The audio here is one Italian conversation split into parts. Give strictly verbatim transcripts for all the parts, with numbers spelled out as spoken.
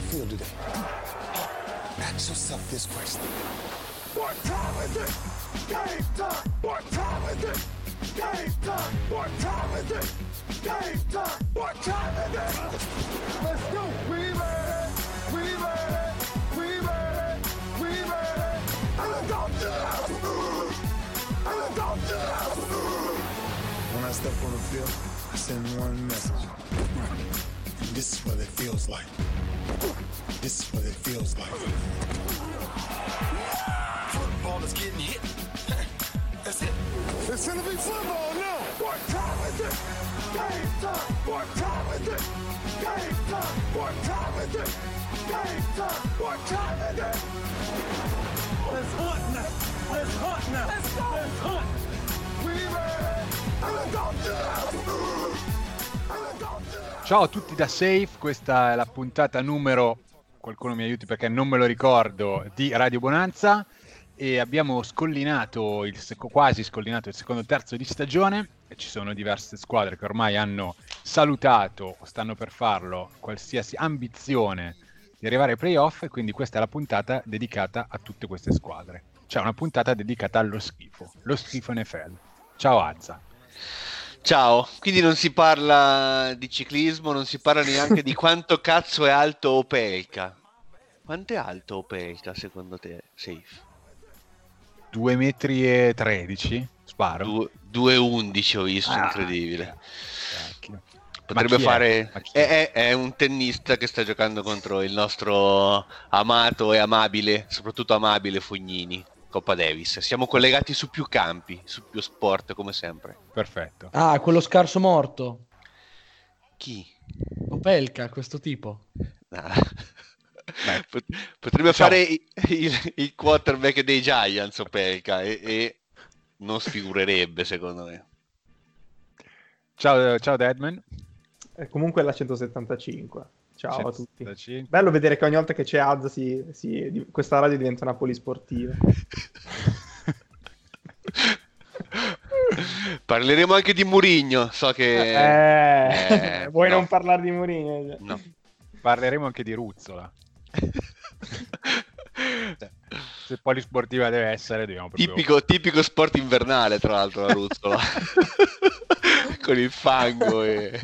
feel today? Ask yourself this question. What time is it? Game time. What time is it? Game time. What time is it? Game time. What time is it? Let's go. We ready. We ready. We ready. We ready. And let's go to the house. And let's go to the house. When I step on the field, I send one message. This is what it feels like. This is what it feels like. Football is getting hit. That's it. It's gonna be football now. What time is it? Game time. What time is it? Game time. What time is it? Game time. What time is it? Let's hunt now. Let's hunt now. Let's go. Let's hunt. We ready. And let's go to the house. And let's go to the house. Ciao a tutti da Safe, questa è la puntata numero, qualcuno mi aiuti perché non me lo ricordo, di Radio Bonanza, e abbiamo scollinato, il sec- quasi scollinato il secondo terzo di stagione, e ci sono diverse squadre che ormai hanno salutato o stanno per farlo qualsiasi ambizione di arrivare ai playoff, e quindi questa è la puntata dedicata a tutte queste squadre. Cioè una puntata dedicata allo schifo, lo schifo N F L. Ciao Azza. Ciao, quindi non si parla di ciclismo, non si parla neanche di quanto cazzo è alto Opelka. Quanto è alto Opelka secondo te, Safe? due metri e tredici, sparo. due e undici ho visto, Ah, incredibile. cacchio. Potrebbe Ma chi fare... è? È? È, è, è un tennista che sta giocando contro il nostro amato e amabile, soprattutto amabile Fognini. Coppa Davis. Siamo collegati su più campi, su più sport, come sempre. Perfetto. Ah, quello scarso morto. Chi? Opelka, questo tipo. Ah. Pot- potrebbe Ciao. fare il, il, il quarterback dei Giants Opelka e, e non sfigurerebbe secondo me. Ciao, ciao Deadman. Eh, comunque è la centosettantacinque. Ciao a tutti. centosettantacinque. Bello vedere che ogni volta che c'è Az si, si, di- questa radio diventa una polisportiva. Parleremo anche di Mourinho, so che... Eh, Eh, vuoi no. non parlare di Mourinho? No. Parleremo anche di Ruzzola. Se polisportiva deve essere, dobbiamo proprio... Tipico, tipico sport invernale, tra l'altro, la ruzzola. Con il fango e...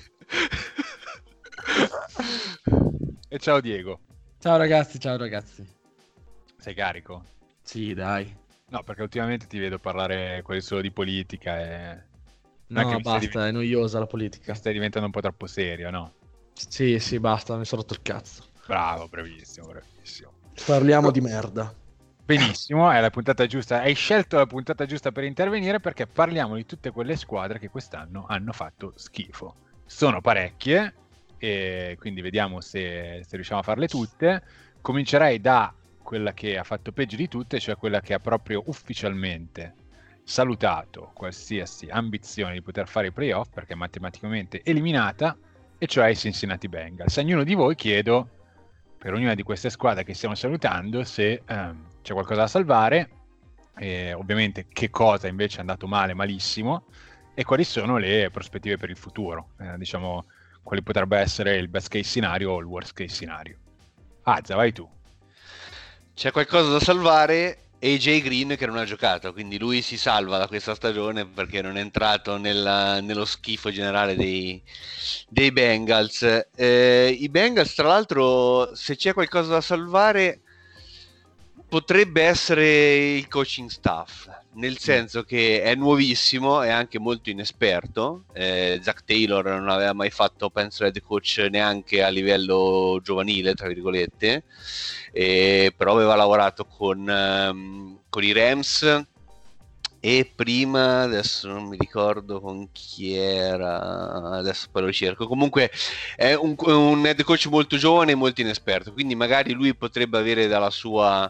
E ciao Diego. Ciao ragazzi, ciao ragazzi. Sei carico? Sì, dai. No, perché ultimamente ti vedo parlare quasi solo di politica e... No, Anche mi stai basta, div- è noiosa la politica. Stai diventando un po' troppo serio, no? Sì, sì, basta, mi sono rotto il cazzo. Bravo, bravissimo, bravissimo. Parliamo di merda. Benissimo, è la puntata giusta. Hai scelto la puntata giusta per intervenire perché parliamo di tutte quelle squadre che quest'anno hanno fatto schifo. Sono parecchie e quindi vediamo se, se riusciamo a farle tutte. Comincerei da quella che ha fatto peggio di tutte, cioè quella che ha proprio ufficialmente salutato qualsiasi ambizione di poter fare i playoff perché è matematicamente eliminata, e cioè i Cincinnati Bengals. A ognuno di voi chiedo, per ognuna di queste squadre che stiamo salutando, se ehm, c'è qualcosa da salvare, e ovviamente che cosa invece è andato male, malissimo, e quali sono le prospettive per il futuro, eh, diciamo quali potrebbe essere il best case scenario o il worst case scenario. Azza, vai tu. C'è qualcosa da salvare, A J Green che non ha giocato, quindi lui si salva da questa stagione perché non è entrato nella, nello schifo generale dei, dei Bengals. Eh, I Bengals, tra l'altro, se c'è qualcosa da salvare, potrebbe essere il coaching staff, nel senso che è nuovissimo, è anche molto inesperto. eh, Zach Taylor non aveva mai fatto, penso, head coach neanche a livello giovanile, tra virgolette, eh, però aveva lavorato con, um, con i Rams, e prima, adesso non mi ricordo con chi era, adesso poi lo ricerco. Comunque è un, un head coach molto giovane e molto inesperto, quindi magari lui potrebbe avere dalla sua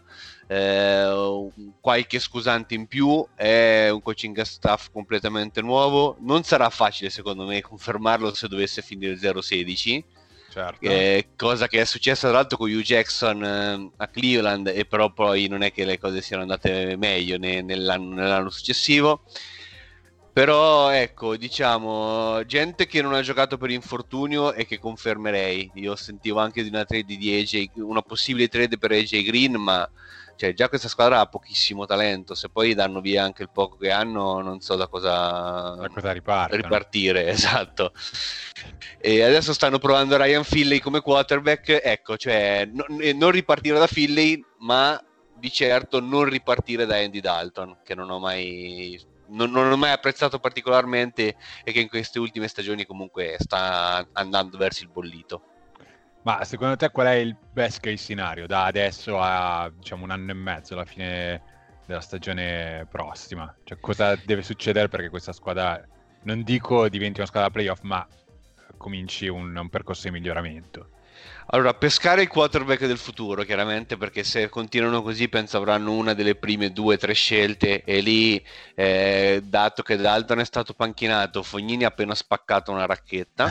eh, qualche scusante in più. È un coaching staff completamente nuovo, non sarà facile secondo me confermarlo se dovesse finire zero sedici. Certo. Eh, cosa che è successa tra l'altro con Hugh Jackson eh, a Cleveland, e però poi non è che le cose siano andate meglio ne, nell'anno, nell'anno successivo. Però ecco, diciamo, gente che non ha giocato per infortunio e che confermerei. Io sentivo anche di una trade di A J, una possibile trade per A J Green, ma cioè, già questa squadra ha pochissimo talento. Se poi danno via anche il poco che hanno, non so da cosa, Da cosa ripartono. ripartire. Esatto. E adesso stanno provando Ryan Finley come quarterback. Ecco, cioè, no, non ripartire da Finley, ma di certo non ripartire da Andy Dalton, che non ho mai... Non, non ho mai apprezzato particolarmente e che in queste ultime stagioni comunque sta andando verso il bollito. Ma secondo te qual è il best case scenario da adesso a diciamo un anno e mezzo alla fine della stagione prossima? Cioè cosa deve succedere perché questa squadra, non dico diventi una squadra playoff, ma cominci un, un percorso di miglioramento? Allora, pescare il quarterback del futuro, chiaramente, perché se continuano così penso avranno una delle prime due o tre scelte e lì, eh, dato che Dalton è stato panchinato, Fognini ha appena spaccato una racchetta.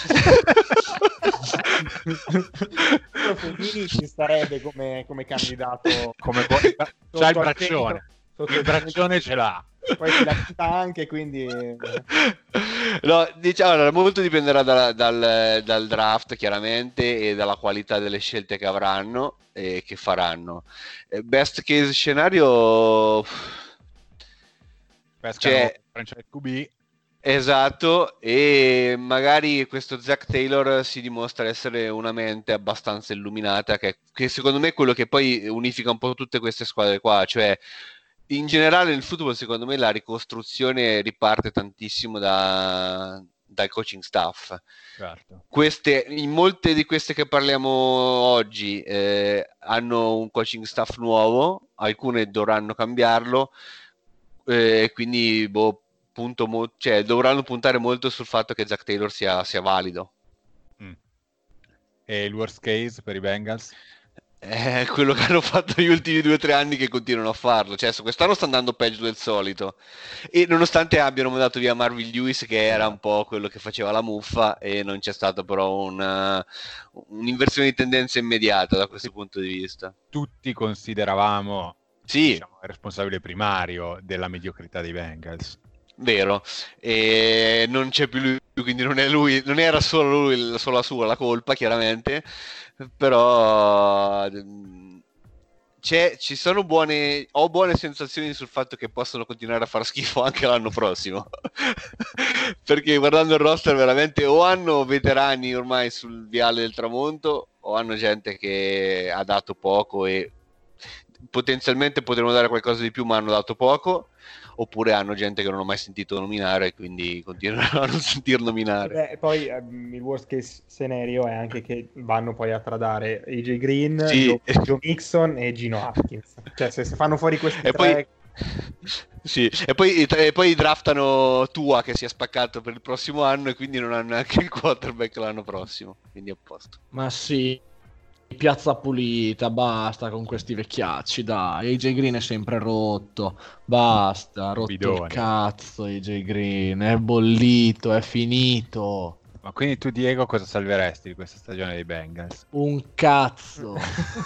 Fognini ci starebbe come, come candidato. Come c'ha il braccione, il braccione ce l'ha. Poi si la quita anche, quindi no, diciamo, allora, molto dipenderà da, dal, dal draft chiaramente e dalla qualità delle scelte che avranno e che faranno. Best case scenario, cioè franchise Q B. Esatto, e magari questo Zach Taylor si dimostra essere una mente abbastanza illuminata, che, che secondo me è quello che poi unifica un po' tutte queste squadre qua, cioè in generale nel football secondo me la ricostruzione riparte tantissimo da, dal coaching staff. Certo. Queste, in molte di queste che parliamo oggi eh, hanno un coaching staff nuovo, alcune dovranno cambiarlo, eh, quindi boh, punto mo- cioè, dovranno puntare molto sul fatto che Zach Taylor sia, sia valido. Mm. E il worst case per i Bengals? È quello che hanno fatto gli ultimi due o tre anni che continuano a farlo, cioè quest'anno sta andando peggio del solito e nonostante abbiano mandato via Marvin Lewis che era un po' quello che faceva la muffa e non c'è stata però una, un'inversione di tendenza immediata da questo punto di vista. Tutti consideravamo sì. diciamo, il responsabile primario della mediocrità dei Bengals. Vero, e non c'è più lui, quindi non è lui, non era solo lui, solo la sua la colpa, chiaramente, però c'è, ci sono buone, ho buone sensazioni sul fatto che possono continuare a far schifo anche l'anno prossimo, perché guardando il roster veramente o hanno veterani ormai sul viale del tramonto o hanno gente che ha dato poco e potenzialmente potremmo dare qualcosa di più ma hanno dato poco, oppure hanno gente che non ho mai sentito nominare e quindi continuano a non sentir nominare. Beh, poi eh, il worst case scenario è anche che vanno poi a tradare A J Green, sì. Joe, Joe Mixon e Gino Atkins, cioè se, se fanno fuori questi e tre poi, sì. e, poi, e poi draftano Tua che si è spaccato per il prossimo anno e quindi non hanno neanche il quarterback l'anno prossimo, quindi a posto. Ma sì, piazza pulita, basta con questi vecchiacci, dai, A J Green è sempre rotto, basta, rotto Bidone. il cazzo, A J Green, è bollito, è finito. Ma quindi tu Diego cosa salveresti di questa stagione dei Bengals? Un cazzo.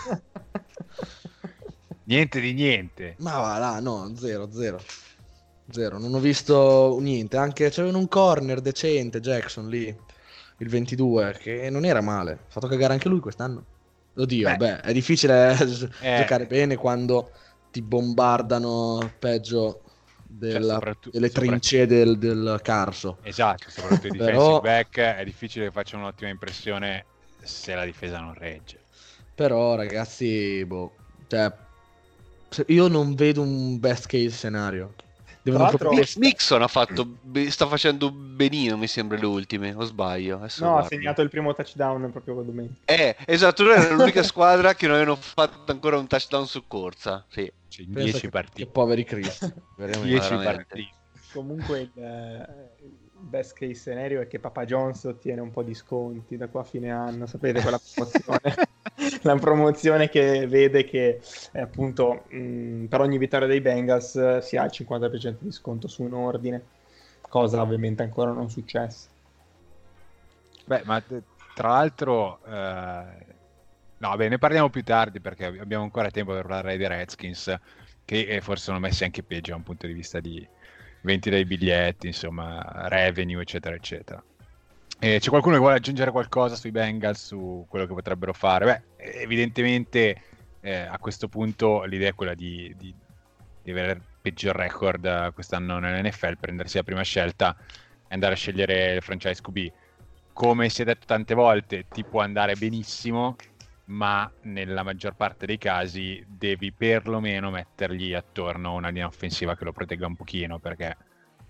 Niente di niente. Ma va là, no, zero, zero. Zero, non ho visto niente, anche c'avevano un corner decente, Jackson lì, il ventidue, che non era male, ha fatto cagare anche lui quest'anno. Oddio, beh, beh è difficile eh. giocare bene quando ti bombardano peggio della, cioè, delle trincee del, del Carso. Esatto, soprattutto i defensive Però, back è difficile che facciano un'ottima impressione se la difesa non regge. Però ragazzi, boh, cioè, io non vedo un best case scenario. Proprio... Mixon ha fatto, sta facendo benino, mi sembra, le ultime, o sbaglio? Adesso no, guardo. Ha segnato il primo touchdown proprio con domenica. Eh, esatto, lui era l'unica squadra che non avevano fatto ancora un touchdown su corsa. Sì. Cioè, in dieci che, partite. Che poveri cristi. dieci partite. Comunque il, il best case scenario è che Papa John's ottiene un po' di sconti da qua a fine anno, sapete, quella promozione. La promozione che vede che eh, appunto mh, per ogni vittoria dei Bengals si ha il cinquanta per cento di sconto su un ordine, cosa ovviamente ancora non successa. Beh, ma tra l'altro eh, no, beh, ne parliamo più tardi perché abbiamo ancora tempo per parlare dei Redskins che forse sono messi anche peggio da un punto di vista di vendita dei biglietti, insomma, revenue, eccetera, eccetera. E c'è qualcuno che vuole aggiungere qualcosa sui Bengals, su quello che potrebbero fare? Beh, evidentemente eh, a questo punto l'idea è quella di, di, di avere il peggior record quest'anno nell'N F L, prendersi la prima scelta e andare a scegliere il franchise Q B. Come si è detto tante volte, ti può andare benissimo, ma nella maggior parte dei casi devi perlomeno mettergli attorno una linea offensiva che lo protegga un pochino, perché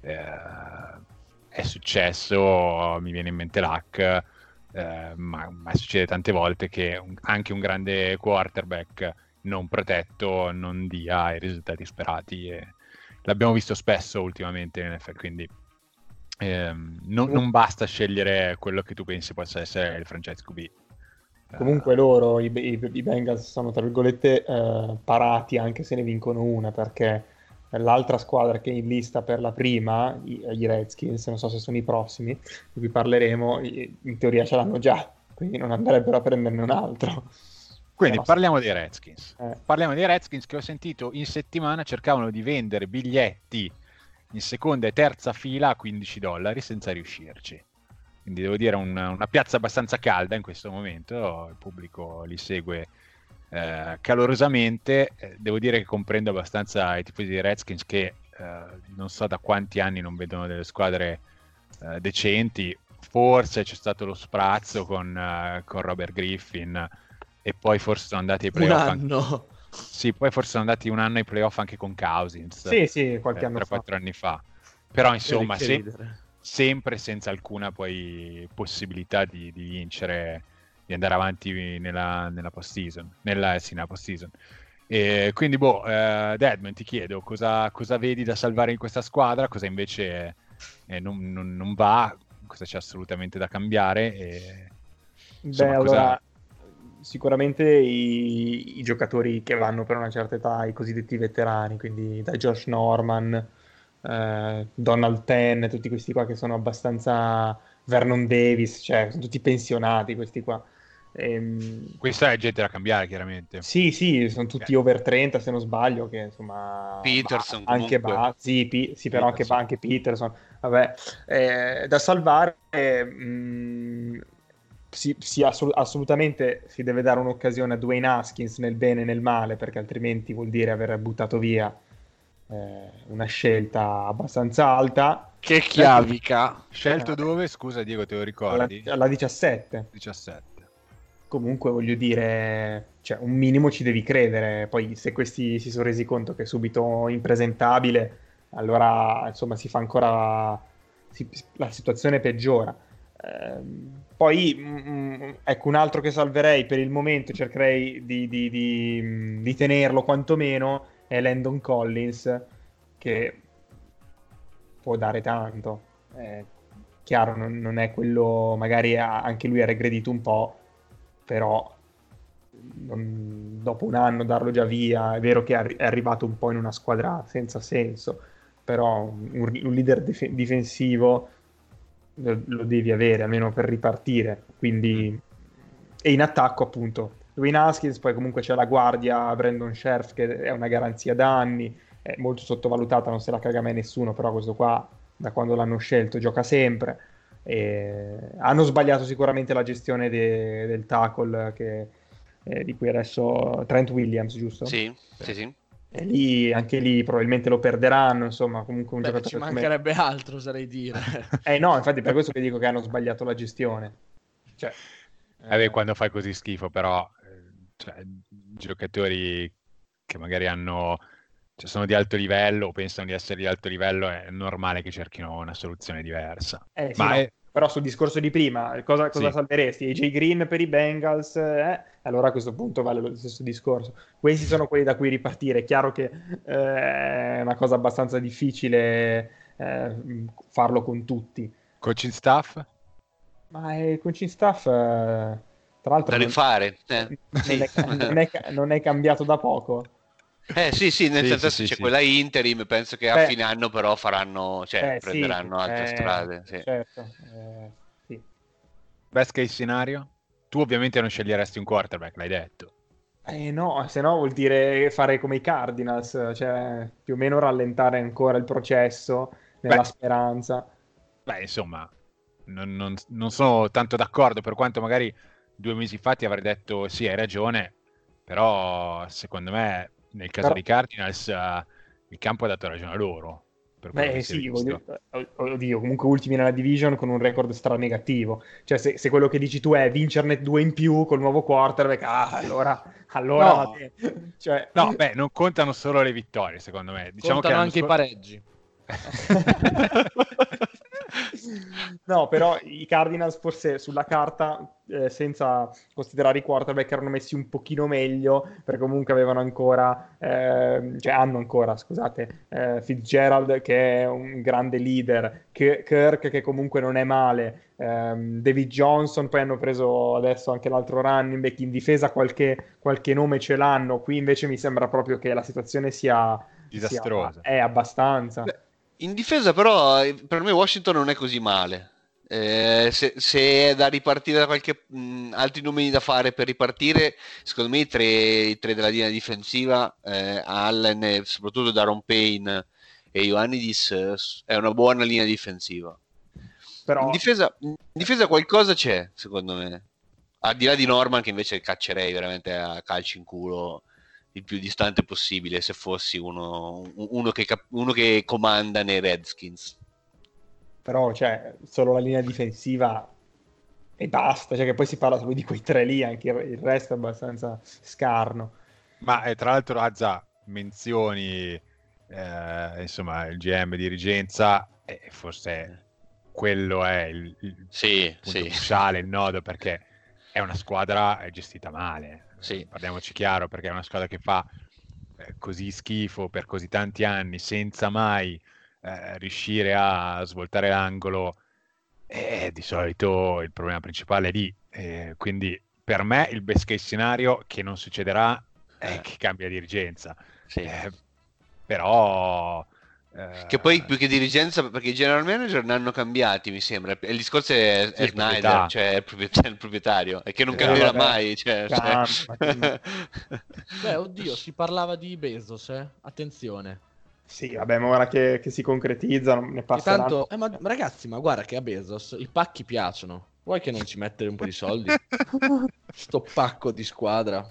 eh, è successo, mi viene in mente Luck, eh, ma, ma succede tante volte che un, anche un grande quarterback non protetto non dia i risultati sperati, e l'abbiamo visto spesso ultimamente in N F L, quindi ehm, non, non basta scegliere quello che tu pensi possa essere il franchise Q B. Comunque loro, i, i, i Bengals, sono tra virgolette eh, parati anche se ne vincono una, perché l'altra squadra che è in lista per la prima, i, i Redskins, non so se sono i prossimi, di cui parleremo, in teoria ce l'hanno già, quindi non andrebbero a prenderne un altro. Quindi no, parliamo dei Redskins. Eh. Parliamo dei Redskins che ho sentito in settimana cercavano di vendere biglietti in seconda e terza fila a quindici dollari senza riuscirci. Quindi devo dire una, una piazza abbastanza calda in questo momento, il pubblico li segue eh, calorosamente. Eh, devo dire che comprendo abbastanza i tifosi dei Redskins che eh, non so da quanti anni non vedono delle squadre eh, decenti. Forse c'è stato lo sprazzo con, uh, con Robert Griffin, e poi forse sono andati ai playoff. Un anno. Anche... Sì, poi forse sono andati un anno ai playoff anche con Cousins. Sì, sì, qualche eh, anno tre fa. quattro anni fa. Però insomma, Che se... ridere. sempre senza alcuna poi possibilità di, di vincere, di andare avanti nella, nella post-season, nella, sì, nella post-season. E quindi, boh, eh, Deadman, ti chiedo cosa, cosa vedi da salvare in questa squadra, cosa invece eh, non, non, non va, cosa c'è assolutamente da cambiare. E, insomma, Beh, cosa... allora, sicuramente i, i giocatori che vanno per una certa età, i cosiddetti veterani, quindi da Josh Norman, eh, Donald Penn, tutti questi qua che sono abbastanza... Vernon Davis, cioè sono tutti pensionati questi qua. Ehm, Questa è gente da cambiare, chiaramente. Sì, sì, sono tutti Okay. over trenta se non sbaglio, che insomma... Peterson ba- anche comunque. ba- sì, Pi- sì, però anche, Peterson. anche Peterson. Vabbè, eh, da salvare... mh, si, si assol- assolutamente si deve dare un'occasione a Dwayne Haskins nel bene e nel male, perché altrimenti vuol dire aver buttato via eh, una scelta abbastanza alta. Che chiavica. Scelto Eh, dove? Scusa Diego, te lo alla, ricordi? alla diciassette. diciassette. Comunque voglio dire, cioè, un minimo ci devi credere. Poi se questi si sono resi conto che è subito impresentabile, allora insomma si fa ancora si- la situazione peggiora. Ehm, poi mm, ecco, un altro che salverei per il momento, cercherei di, di- di, mm, di tenerlo quantomeno, è Landon Collins, che può dare tanto. È chiaro, non, non è quello, magari ha- anche lui ha regredito un po', però non- dopo un anno darlo già via, è vero che è, arri- è arrivato un po' in una squadra senza senso, però un, un leader dif- difensivo lo, lo devi avere almeno per ripartire, quindi e in attacco appunto Dwayne Haskins, poi comunque c'è la guardia Brandon Scherf che è una garanzia da anni, è molto sottovalutata, non se la caga mai nessuno, però questo qua da quando l'hanno scelto gioca sempre. E hanno sbagliato sicuramente la gestione de- del tackle che, eh, di cui adesso Trent Williams, giusto? Sì, sì, sì. E lì, anche lì probabilmente lo perderanno, insomma, comunque un Beh, giocatore ci come... mancherebbe altro, oserei dire. Eh no, infatti per questo che dico che hanno sbagliato la gestione. Cioè, Vabbè, eh, quando fai così schifo, però, eh, cioè, giocatori che magari hanno, cioè, sono di alto livello o pensano di essere di alto livello, è normale che cerchino una soluzione diversa. eh, sì, Ma no, è- però sul discorso di prima, cosa, cosa Sì. salveresti? A J Green per i Bengals? Eh? Allora a questo punto vale lo stesso discorso. Questi sono quelli da cui ripartire. È chiaro che eh, è una cosa abbastanza difficile eh, farlo con tutti. coaching staff? Ma il coaching staff, eh, tra l'altro, Da non, rifare. Eh, non sì. è, non è- non è cambiato da poco. Eh, sì, sì, nel Sì, senso sì, sì, c'è sì. quella interim, penso che a Beh. fine anno però faranno, cioè Eh, sì, prenderanno altre eh, strade. Sì. Certo, eh, sì. Best case scenario? Tu ovviamente non sceglieresti un quarterback, l'hai detto. Eh no, se no vuol dire fare come i Cardinals, cioè più o meno rallentare ancora il processo nella Beh. speranza. Beh, insomma, non, non- non sono tanto d'accordo, per quanto magari due mesi fa ti avrei detto sì, hai ragione, però secondo me nel caso Però- dei Cardinals eh, il campo ha dato ragione a loro, per quello Beh, che si è sì, visto. voglio- oddio, comunque ultimi nella division con un record stranegativo. Cioè, se, se quello che dici tu è vincerne due in più col nuovo quarterback, ah, allora, allora va No. bene. Cioè... No, beh, non contano solo le vittorie, secondo me. Diciamo che Contano l'anno anche i scor- pareggi. No, però i Cardinals forse sulla carta, eh, senza considerare i quarterback, erano messi un pochino meglio, perché comunque avevano ancora, ehm, cioè hanno ancora, scusate, eh, Fitzgerald che è un grande leader, K- Kirk che comunque non è male, ehm, David Johnson, poi hanno preso adesso anche l'altro running back, in difesa qualche, qualche nome ce l'hanno, qui invece mi sembra proprio che la situazione sia... sia Disastrosa. è abbastanza. Beh, in difesa però eh, per me Washington non è così male. Eh, se, se è da ripartire da qualche mh, altri numeri da fare per ripartire, secondo me i tre, i tre della linea difensiva, eh, Allen e soprattutto Daron Payne e Ioannidis, eh, è una buona linea difensiva. Però... In difesa, in difesa qualcosa c'è, secondo me. Al di là di Norman, che invece caccerei veramente a calci in culo il più distante possibile se fossi uno, uno, che, cap- uno che comanda nei Redskins. Però, cioè, solo la linea difensiva e basta. Cioè, che poi si parla solo di quei tre lì, anche il il resto è abbastanza scarno. Ma eh, tra l'altro, Azza, menzioni eh, insomma il G M dirigenza, e forse quello è il, il Sì, punto sì. cruciale, il nodo, perché è una squadra eh, gestita male. Sì. Eh, parliamoci chiaro, perché è una squadra che fa eh, così schifo per così tanti anni senza mai eh, riuscire a svoltare l'angolo, e di solito il problema principale è lì. Eh, quindi per me il best case scenario, che non succederà, è Eh. che cambia dirigenza. Sì. Eh, però eh, Che poi più che dirigenza, perché i general manager ne hanno cambiati, mi sembra. Il discorso è, Sì, è il Snyder, proprietà. cioè il proprietario, il proprietario, e che non Eh, cambierà vabbè. mai. Cioè, Calma, cioè... Beh, oddio, si parlava di Bezos, eh? Attenzione. Sì, vabbè, ma ora che, che si concretizzano, ne Che passeranno. tanto... eh, ma ma ragazzi, ma guarda che a Bezos i pacchi piacciono. Vuoi che non ci mettere un po' di soldi? Sto pacco di squadra.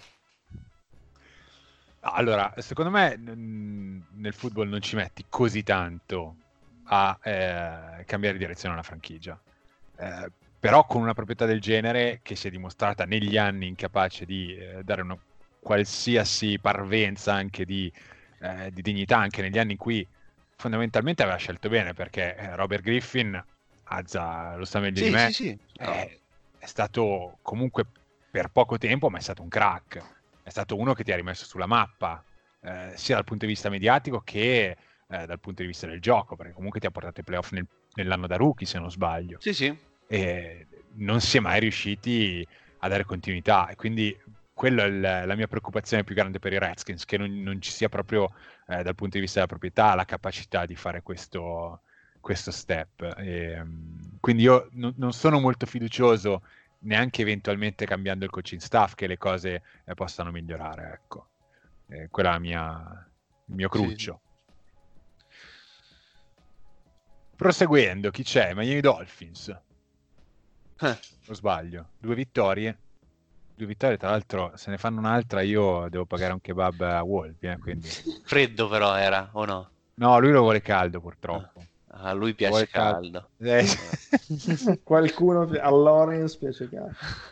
Allora, secondo me n- nel football non ci metti così tanto a eh, cambiare direzione alla franchigia. Eh, però con una proprietà del genere, che si è dimostrata negli anni incapace di eh, dare una qualsiasi parvenza anche di, eh, di dignità, anche negli anni in cui fondamentalmente aveva scelto bene, perché eh, Robert Griffin, Azza lo sa meglio Sì, di me, sì, sì. No. è, è stato comunque per poco tempo, ma è stato un crack. È stato uno che ti ha rimesso sulla mappa, eh, sia dal punto di vista mediatico che eh, dal punto di vista del gioco, perché comunque ti ha portato ai playoff nel- nell'anno da rookie, se non sbaglio. Sì, sì. E non si è mai riusciti a dare continuità, e quindi quella è il- la mia preoccupazione più grande per i Redskins, che non, non ci sia proprio eh, dal punto di vista della proprietà la capacità di fare questo, questo step. E, um, quindi io non, non sono molto fiducioso, neanche eventualmente cambiando il coaching staff, che le cose eh, possano migliorare, ecco. Eh, quella è la mia, il mio cruccio. Proseguendo, chi c'è? Miami Dolphins. Eh. O sbaglio? Due vittorie. Due vittorie, tra l'altro, se ne fanno un'altra io devo pagare un kebab a Wolvi, eh, quindi... Freddo però era, o no? No, lui lo vuole caldo, purtroppo. A lui piace Vuole caldo. caldo. Eh, Qualcuno a Lawrence piace caldo.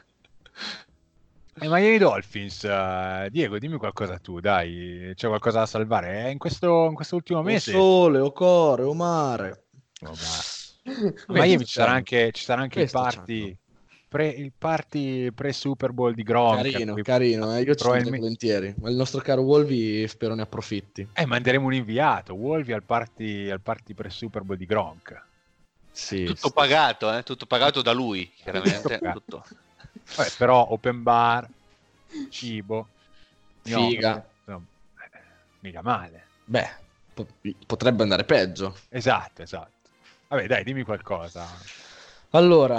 E Miami Dolphins, eh, Diego, dimmi qualcosa tu, dai, c'è qualcosa da salvare? Eh, in questo, in questo ultimo O mese... sole, o core, o mare. Oh, ma... A Miami ci sarà anche, ci sarà anche il Questo party, pre, il party pre-Super Bowl di Gronk. Carino, qui- carino, eh, io ci andrei probabilmente- volentieri. Ma il nostro caro Wolvi spero ne approfitti. Eh, manderemo un inviato, Wolvi al party, al party pre-Super Bowl di Gronk. Sì, Tutto sì. pagato, eh? Tutto pagato da lui, chiaramente. Tutto Tutto. Vabbè, però open bar, cibo, Figa. gnocchi, insomma, eh, mica male. Beh, po- potrebbe andare peggio. Esatto, esatto. Vabbè, dai, dimmi qualcosa. Allora,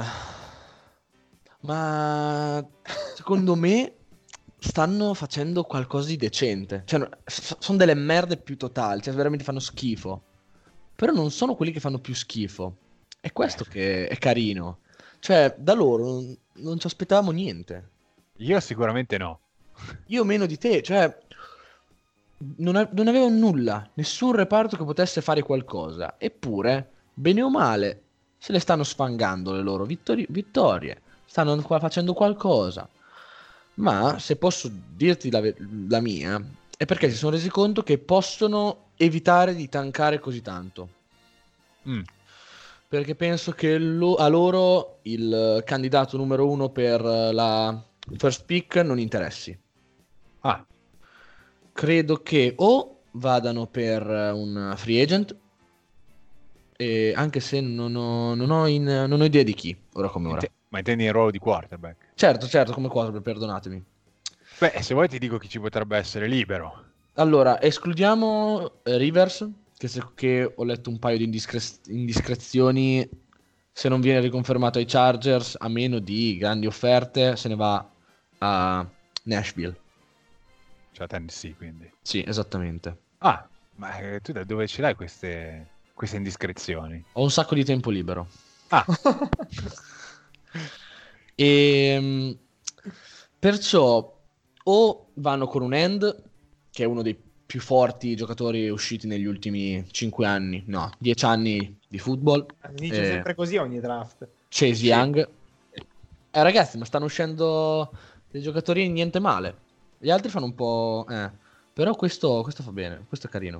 ma secondo me stanno facendo qualcosa di decente. Cioè, no- f- sono delle merde più totali, cioè veramente fanno schifo. però non sono quelli che fanno più schifo. È questo che è carino. Cioè, da loro non, non ci aspettavamo niente. Io sicuramente no. Io meno di te, cioè non, a- non avevo nulla, nessun reparto che potesse fare qualcosa. Eppure, bene o male, se le stanno sfangando le loro vittori- vittorie. Stanno qua facendo qualcosa. Ma se posso dirti la, ve- la mia, è perché si sono resi conto che possono evitare di tankare così tanto. Mm. Perché penso che lo- a loro il candidato numero uno per la first pick non interessi. Ah, Credo che o vadano per un free agent, e anche se non ho, non ho in- non ho idea di chi, ora come ora. inte- ma intendi il ruolo di quarterback? Certo, certo, come quarterback, perdonatemi. Beh, se vuoi ti dico chi ci potrebbe essere libero. Allora, escludiamo eh, Rivers, che, se- che ho letto un paio di indiscre- indiscrezioni. Se non viene riconfermato ai Chargers, a meno di grandi offerte, se ne va a Nashville. Cioè Tennessee, quindi. Sì, esattamente. Ah, ma eh, tu da dove ce l'hai queste, queste indiscrezioni? Ho un sacco di tempo libero. Ah, E perciò o vanno con un end, che è uno dei più forti giocatori usciti negli ultimi cinque anni, no, dieci anni di football, Dice Eh. sempre così ogni draft. Chase Young. Eh, ragazzi, ma stanno uscendo dei giocatori niente male. Gli altri fanno un po'... Eh. Però questo, questo fa bene, questo è carino.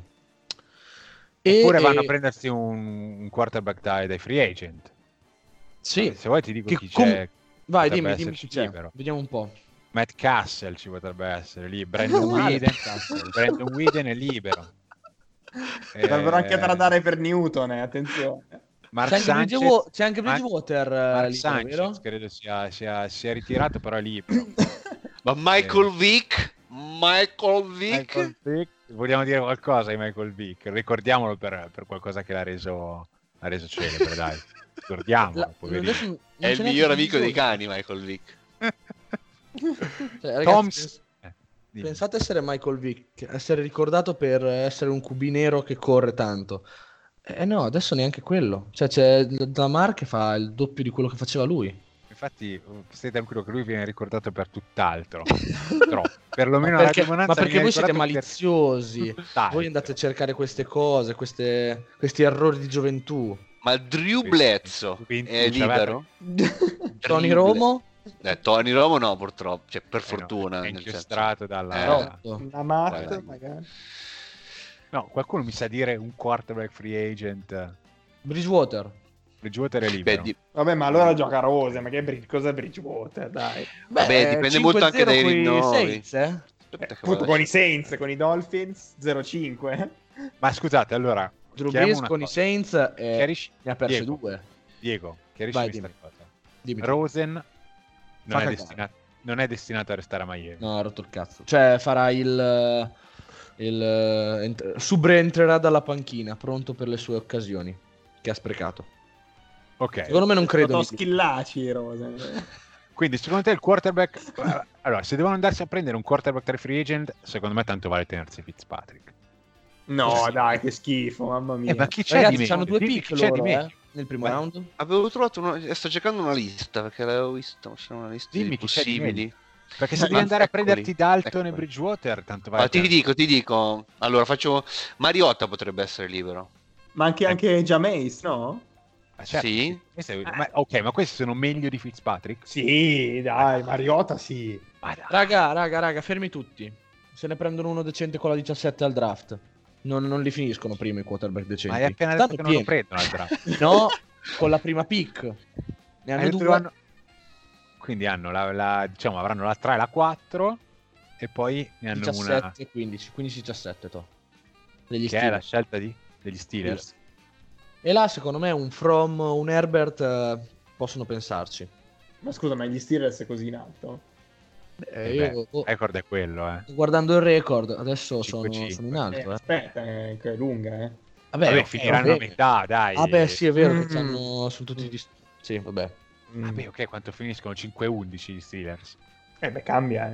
E- oppure vanno e- a prendersi un, un quarterback dai, dai free agent. Sì, Se vuoi ti dico Che chi com- c'è. vai, potrebbe dimmi, dimmi esserci chi c'è. libero. Vediamo un po'. Matt Castle ci potrebbe essere lì. Brandon Male, Whedon. Castle. Brandon Whedon è libero. Potrebbero anche Eh, tradare per Newton, eh, attenzione. Mark C'è anche, Sanchez, Bridgewa- c'è anche Mark- Bridgewater eh, Mark libero, Sanchez vero? credo sia, sia, sia ritirato, però è libero. Ma Michael Vick? Michael Vick? Michael Vick, vogliamo dire qualcosa di Michael Vick? Ricordiamolo per, per qualcosa che l'ha reso, l'ha reso celebre, dai. Ricordiamolo, La- poverino. adesso non È il c'è miglior neanche amico dei Bridgewater. cani, Michael Vick. Cioè, ragazzi, Toms. pens- Eh, dimmi. pensate a essere Michael Vick, essere ricordato per essere un Q B nero che corre tanto. Eh no, adesso neanche quello. Cioè c'è Lamar che fa il doppio di quello che faceva lui. Infatti, stai tranquillo che lui viene ricordato per tutt'altro. Troppo. Perlomeno Ma la perché, Radiomonanza ma perché viene voi siete ricordato per maliziosi. tutt'altro. Voi andate a cercare queste cose, queste- questi errori di gioventù. Ma Drew Quindi- Bledsoe quindi è non c'aveva- libero? Tony Drew Romo? Ble- Eh, Tony Romo no, purtroppo. Cioè, per Eh no, fortuna. è nel senso. inchiostrato dalla... Eh. Rotto. Una Matt, Guarda. magari. No, qualcuno mi sa dire un quarterback free agent. Bridgewater. Bridgewater è Beh, libero. di- Vabbè, ma allora gioca Rose, ma che Brid- cosa Bridgewater, dai. Vabbè, dipende molto anche cinque zero dai coi rinnovi. Saints, eh? Eh, Aspetta che appunto vado con i a- Saints, con i Dolphins, zero cinque. Ma scusate, allora, Drew chiariamo Brees una con i cosa. Saints eh, Chiarisci- ne ha perse Diego, due. Diego, chiariscimi Vai, questa dimmi. cosa. Dimmi tu. Rosen non Fa è, cagare. destinato, non è destinato a restare a Miami. No, ha rotto il cazzo. Cioè, farà il... il ent- subentrerà dalla panchina, pronto per le sue occasioni che ha sprecato. Ok, Secondo me non credo. Sono mi- schillaci Rose. quindi secondo te il quarterback... Allora, se devono andarsi a prendere un quarterback tra i free agent, secondo me tanto vale tenersi Fitzpatrick. No, dai, che schifo, mamma mia. Eh, ma chi c'è Ragazzi, di meglio? hanno due Dimmi pick chi c'è di loro, meglio? eh, nel primo Vai. round. Avevo trovato una... sto cercando una lista perché l'avevo vista, ma c'era una lista Dimmi di chi c'è di possibili. meglio. Perché se Ma- devi andare a eccoli, prenderti Dalton eccoli. e Bridgewater, tanto vale. Ma ti dico, ti dico. Allora, faccio Mariota potrebbe essere libero. Ma anche, anche Jameis, no? Ma certo, Sì. questo è- ma- ok, ma questi sono meglio di Fitzpatrick? Sì, dai, Mariota sì. Ma dai. Raga, raga, raga, fermi tutti. Se ne prendono uno decente con la diciassette al draft. Non, non li finiscono prima i quarterback decenti. Ma hai appena detto Stanno che non lo pieni. prendono al draft. No, con la prima pick. Ne hanno Hai detto due. che hanno- Quindi hanno la, la- diciamo, avranno la tre e la quattro e poi ne hanno una diciassette e quindici, quindici diciassette to. Degli che è la Steelers. scelta di, degli Steelers. E là, secondo me, un From, un Herbert eh, possono pensarci. Ma scusa, ma gli Steelers è così in alto? Eh, Eh io, beh, oh, il record è quello, eh. guardando il record, adesso sono, cinque cinque. sono in Eh, alto. Eh. aspetta, eh, che è lunga, eh. Vabbè, Vabbè, ok, finiranno a vabbè. metà, dai. Ah, beh, sì, è vero Mm. che c'hanno, sono tutti di... Sì, vabbè. Mm. Vabbè, ok, quanto finiscono? cinque undici gli Steelers. Eh beh, cambia, eh.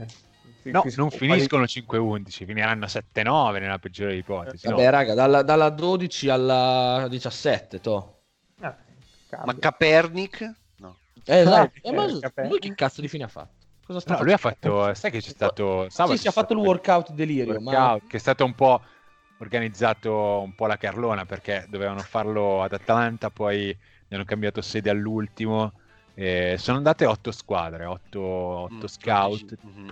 No, non finiscono cinque undici, finiranno sette nove nella peggiore ipotesi. Vabbè, no? raga, dalla, dalla dodici alla diciassette, to. Ah, Ma Kaepernick? No. Eh, esatto. Eh, Eh, ma capelli. lui che cazzo di fine ha fatto? Cosa sta No, lui ha facendo? fatto, sai che c'è stato sabato? Sì, si è fatto il stato workout delirio, ma workout, che è stato un po' organizzato un po' la Carlona, perché dovevano farlo ad Atlanta, poi ne hanno cambiato sede all'ultimo. Eh, sono andate otto squadre, otto, otto Mm, scout. mhm.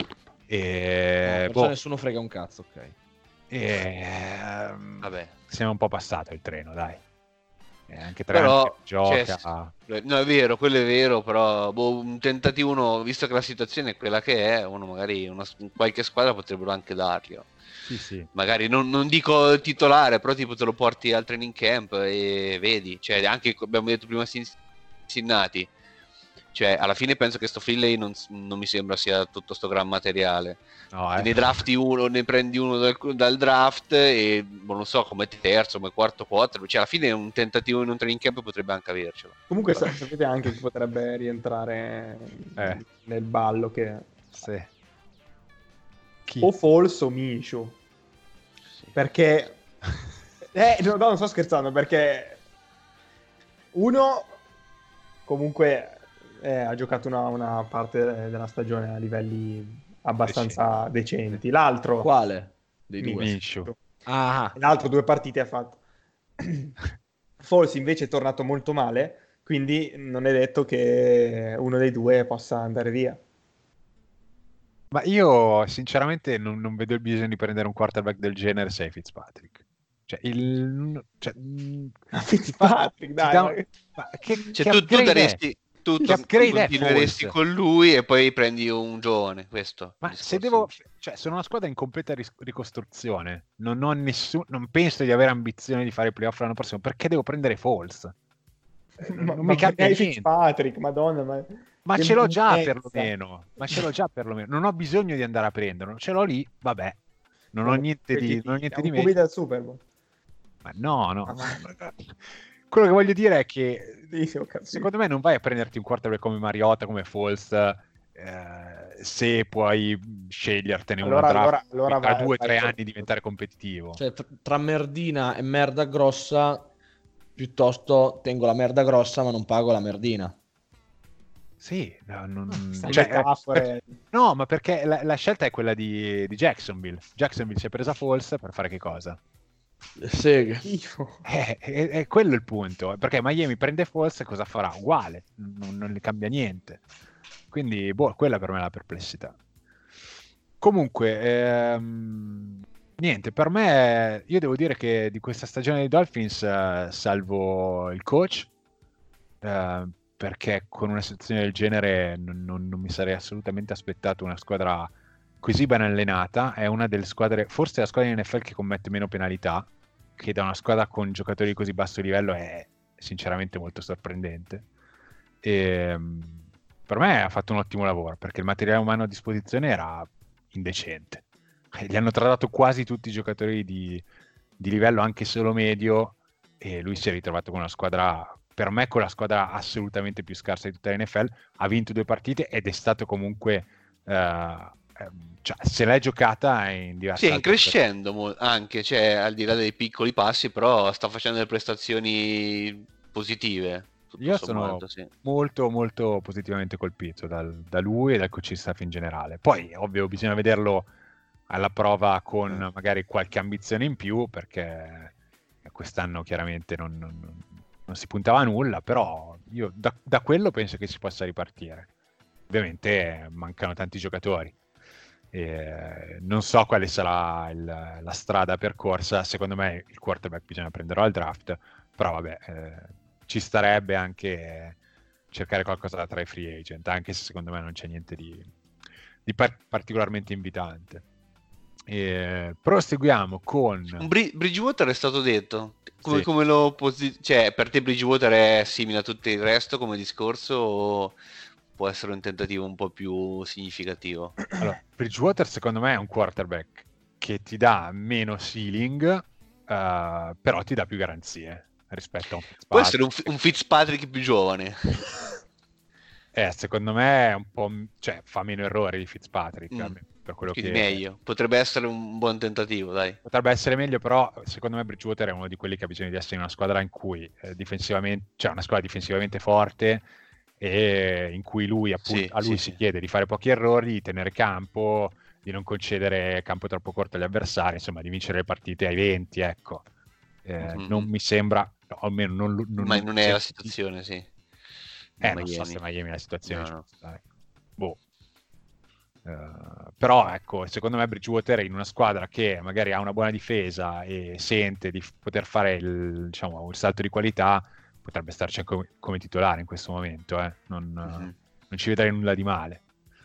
E, perciò boh, nessuno frega un cazzo, ok. e, ehm, Vabbè. siamo un po' passato il treno, dai. E anche tre Però, anni che gioca. cioè, no, è vero, quello è vero, però boh, un tentativo, uno, visto che la situazione è quella che è, uno magari una, qualche squadra potrebbero anche darglielo. Sì, sì. Magari non, non dico titolare, però tipo te lo porti al training camp e vedi, cioè anche abbiamo detto prima Cincinnati, cioè alla fine penso che sto Finley non, non mi sembra sia tutto sto gran materiale. No, eh. Ne drafti uno, ne prendi uno dal, dal draft e boh, non so, come terzo, come quarto quattro, cioè alla fine un tentativo in un training camp potrebbe anche avercelo. Comunque sa- sapete anche che potrebbe rientrare Eh. nel ballo che Sì. Chi? o False o Minshew, Sì. perché eh, no, no, non sto scherzando, perché uno comunque eh, ha giocato una, una parte della stagione a livelli abbastanza decenti, l'altro Quale dei due? Minshew. Ah, l'altro due partite ha fatto. False invece è tornato molto male, quindi non è detto che uno dei due possa andare via. Ma io sinceramente non, non vedo il bisogno di prendere un quarterback del genere se è Fitzpatrick. Cioè, il... Cioè, mh, Fitzpatrick, ti dai, dà- ma- ma che, Cioè che tu, tu upgrade è? daresti, tu, Che tu upgrade è continueresti False? con lui e poi prendi un giovane, questo. Ma il se discorso. devo, cioè, sono una squadra in completa ris- ricostruzione, non ho nessun, non penso di avere ambizione di fare i playoff l'anno prossimo, perché devo prendere False? Eh, non ma, non ma mi cambia hai niente. Fitzpatrick, madonna, ma, Ma che ce l'ho già monnezza. perlomeno, ma ce l'ho già perlomeno, non ho bisogno di andare a prenderlo, ce l'ho lì, vabbè, non ho niente di, non ho niente di un cubi meglio. del Super Bowl. Ma no, no. Ah, ma- Quello che voglio dire è che Sì, sì, ho capito. secondo me non vai a prenderti un quarterback come Mariota, come False, eh, se puoi scegliertene Allora- una allora- draft allora e tra vai- due o vai tre con- anni diventare competitivo. cioè tra, tra merdina e merda grossa, piuttosto tengo la merda grossa ma non pago la merdina. Sì, no, non- Queste cioè, metafore. per- no, ma perché la, la scelta è quella di, di Jacksonville. Jacksonville si è presa False per fare che cosa? Seghe. Schifo. Eh, è, è quello il punto, perché Miami prende False e cosa farà? Uguale, non, non le cambia niente. Quindi, boh, quella per me è la perplessità. Comunque, ehm, niente, per me, io devo dire che di questa stagione dei Dolphins eh, salvo il coach, eh, perché con una situazione del genere non, non- non mi sarei assolutamente aspettato una squadra così ben allenata. È una delle squadre, forse la squadra in N F L che commette meno penalità, che da una squadra con giocatori di così basso livello è sinceramente molto sorprendente. E, per me ha fatto un ottimo lavoro, perché il materiale umano a disposizione era indecente. E gli hanno trattato quasi tutti i giocatori di, di livello anche solo medio, e lui si è ritrovato con una squadra, per me con la squadra assolutamente più scarsa di tutta la N F L. Ha vinto due partite ed è stato comunque eh, ehm, cioè, se l'è giocata in diverse Sì, è in altre crescendo mo- anche, cioè al di là dei piccoli passi, però sta facendo delle prestazioni positive. tutto Io sono sommato, sì. molto molto positivamente colpito dal- da lui e dal coaching staff in generale. Poi ovvio bisogna vederlo alla prova con Mm. magari qualche ambizione in più, perché quest'anno chiaramente non, non- non- non si puntava a nulla, però io da, da quello penso che si possa ripartire. Ovviamente mancano tanti giocatori. E non so quale sarà il- la strada percorsa. Secondo me il quarterback bisogna prenderlo al draft, però vabbè, eh, ci starebbe anche cercare qualcosa tra i free agent, anche se secondo me non c'è niente di, di par- particolarmente invitante. E proseguiamo con Un Bri- Bridgewater è stato detto. Come, Sì. come lo posi- cioè, per te Bridgewater è simile a tutto il resto come discorso o può essere un tentativo un po' più significativo? allora, Bridgewater secondo me è un quarterback che ti dà meno ceiling, eh, però ti dà più garanzie rispetto a un Può Fitzpatrick. essere un, Fi- un Fitzpatrick più giovane. Eh, secondo me è un po', cioè, fa meno errori di Fitzpatrick, Mm. almeno per quello Quindi che meglio, potrebbe essere un buon tentativo, dai. potrebbe essere meglio, però secondo me Bridgewater è uno di quelli che ha bisogno di essere in una squadra in cui eh, difensivamente, cioè una squadra difensivamente forte e in cui lui appunto Sì, a lui sì, si sì. chiede di fare pochi errori, di tenere campo, di non concedere campo troppo corto agli avversari, insomma, di vincere le partite ai venti, ecco. Eh, Mhm. non mi sembra, no, almeno non, non, Ma non non mi è la sembra- situazione, sì, di eh, non so Miami. se Miami è la situazione No, no. giusta, ecco. Boh. Uh, però ecco, secondo me Bridgewater in una squadra che magari ha una buona difesa e sente di f- poter fare il, diciamo, un salto di qualità, potrebbe starci anche come, come titolare in questo momento, eh. non, uh, Mhm. non ci vedrei nulla di male.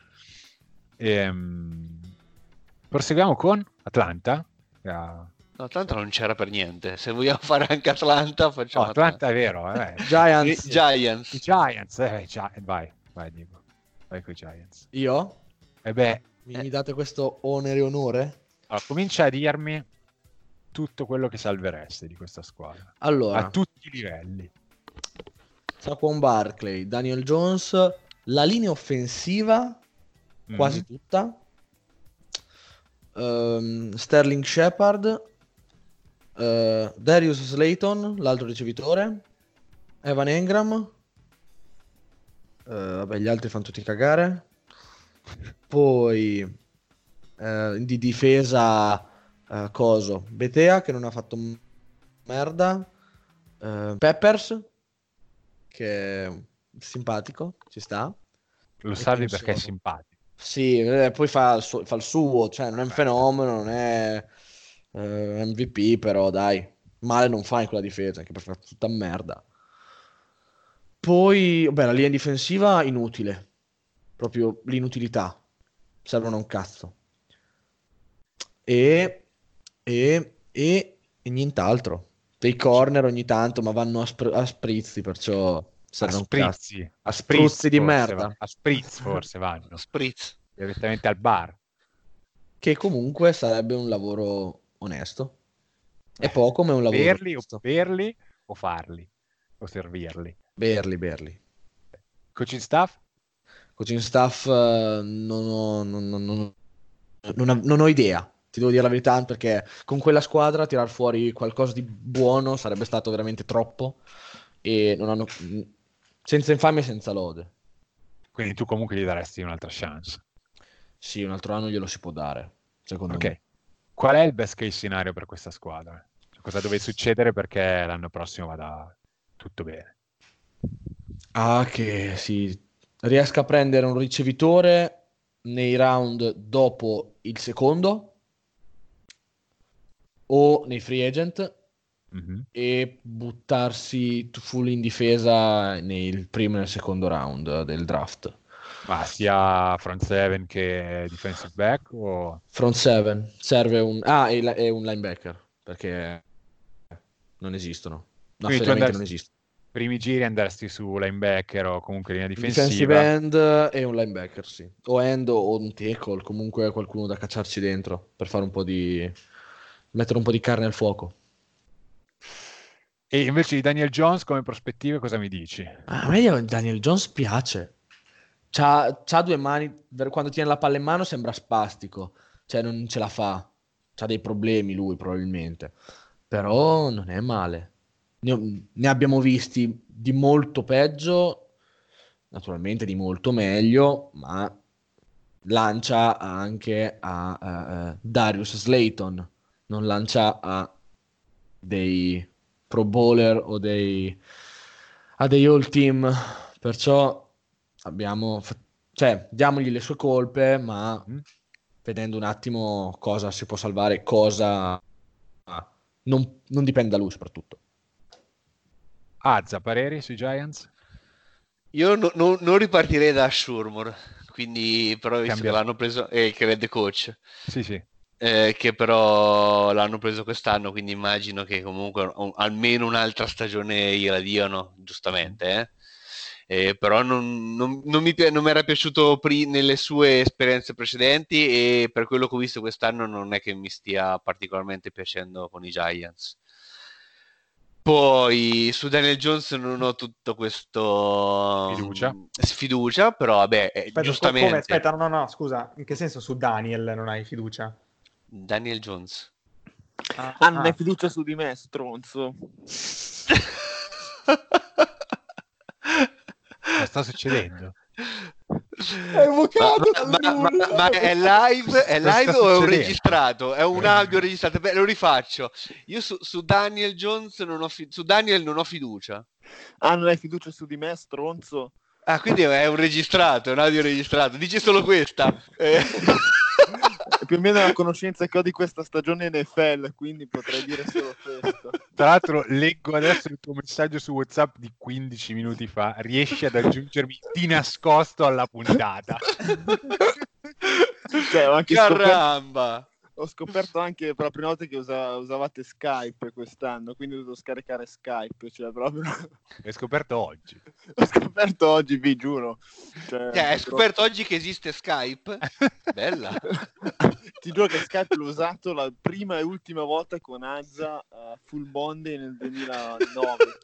Ehm, proseguiamo con Atlanta. che ha- No, Atlanta non c'era per niente. Se vogliamo fare anche Atlanta, Oh, facciamo Atlanta è vero, eh. Giants. I Giants. I Giants, eh, i Gi- vai, vai Diego, vai con i Giants. Io? E beh, Mi Eh. date questo onere e onore? allora, comincia a dirmi tutto quello che salveresti di questa squadra Allora, a tutti i livelli. Saquon Barkley, Daniel Jones, la linea offensiva quasi Mm. tutta, Ehm, Sterling Shepard, eh, Darius Slayton, l'altro ricevitore, Evan Engram, eh, vabbè gli altri fanno tutti cagare, poi eh, di difesa eh, coso, Betea che non ha fatto m- merda, eh, Peppers che è simpatico, ci sta. Lo E salvi chi perché è sono? simpatico. Sì, eh, poi fa il, suo, fa il suo, cioè non è un Beh, fenomeno, non è eh, M V P, però dai, male non fa in quella difesa, anche perché fa tutta merda. Poi, vabbè, la linea difensiva inutile, proprio l'inutilità, servono a un cazzo. E, e, e, e nient'altro. Dei corner ogni tanto, ma vanno a, spr- a sprizzi, perciò a serve a un cazzo. sprizzi, A a spruzzi spritz di forse, va- merda. a spritz forse vanno Spritz. direttamente al bar. Che comunque sarebbe un lavoro onesto. È poco, ma è un lavoro Berli o onesto. berli o farli o servirli. Berli, berli. Coaching staff? Coaching staff, eh, non ho, non, non- non- non ho- non ho idea. Ti devo dire la verità, perché con quella squadra tirar fuori qualcosa di buono sarebbe stato veramente troppo. E non hanno. Senza infamia e senza lode. Quindi tu comunque gli daresti un'altra chance. Sì, un altro anno glielo si può dare, secondo Ok. me. Qual è il best case scenario per questa squadra? Cioè, cosa deve succedere perché l'anno prossimo vada tutto bene? Ah, che si riesca a prendere un ricevitore nei round dopo il secondo o nei free agent Mhm. e buttarsi full in difesa nel primo e nel secondo round del draft. Ma sia front seven che defensive back o... Front seven serve un ah e, la- e un linebacker perché non esistono. No, Quindi tu seriamente non andresti, esistono. primi giri andresti su linebacker o comunque linea Un defensive difensiva. end e un linebacker, sì. O end o un tackle, comunque qualcuno da cacciarci dentro per fare un po' di mettere un po' di carne al fuoco. E invece di Daniel Jones come prospettive cosa mi dici? Ah, a me Daniel Jones piace. C'ha, c'ha due mani, ver- quando tiene la palla in mano sembra spastico, cioè non ce la fa. C'ha dei problemi lui probabilmente, però non è male. Ne, ho- ne abbiamo visti di molto peggio, naturalmente di molto meglio, ma lancia anche a, a- a Darius Slayton, non lancia a dei pro bowler o dei, a dei all team, perciò abbiamo, fa- cioè, diamogli le sue colpe, ma Mm? vedendo un attimo cosa si può salvare, cosa non, non dipende da lui soprattutto. Azza, pareri sui Giants? Io no- no- non ripartirei da Shurmur, quindi però visto che Cambia- l'hanno preso, è il head coach, Sì, sì. eh, che però l'hanno preso quest'anno, quindi immagino che comunque un- almeno un'altra stagione gliela diano, giustamente, eh. Eh, però non, non- non mi, pi- non mi era piaciuto pri- nelle sue esperienze precedenti e per quello che ho visto quest'anno non è che mi stia particolarmente piacendo con i Giants. Poi su Daniel Jones non ho tutto questo Fiducia. sfiducia, però vabbè, eh, Aspetta, giustamente. come? Aspetta, no, no, scusa, in che senso su Daniel non hai fiducia? Daniel Jones. Ah, Ah, non ah. hai fiducia su di me, stronzo. Cosa sta succedendo? È evocato ma, ma, ma, ma è live, è Cosa live sta o è un succedendo? registrato? È un audio registrato? Beh, lo rifaccio. Io su, su Daniel Jones non ho fi- su Daniel non ho fiducia. Ah, non hai fiducia su di me, stronzo. Ah, quindi è un registrato, è un audio registrato. Dici solo questa. Eh. È più o meno la conoscenza che ho di questa stagione N F L, quindi potrei dire solo questo. Tra l'altro leggo adesso il tuo messaggio su WhatsApp di quindici minuti fa. Riesci ad aggiungermi di nascosto alla puntata. Cioè, ho anche scoperto, Caramba! ho scoperto anche per la prima volta che usa- usavate Skype quest'anno, quindi ho dovuto scaricare Skype, cioè proprio L'hai scoperto oggi. ho scoperto oggi, vi giuro. Cioè, Cioè, hai ti scoperto oggi che esiste Skype? Bella. Ti giuro che Skype l'ho usato la prima e ultima volta con Azza a Full Monday nel duemilanove.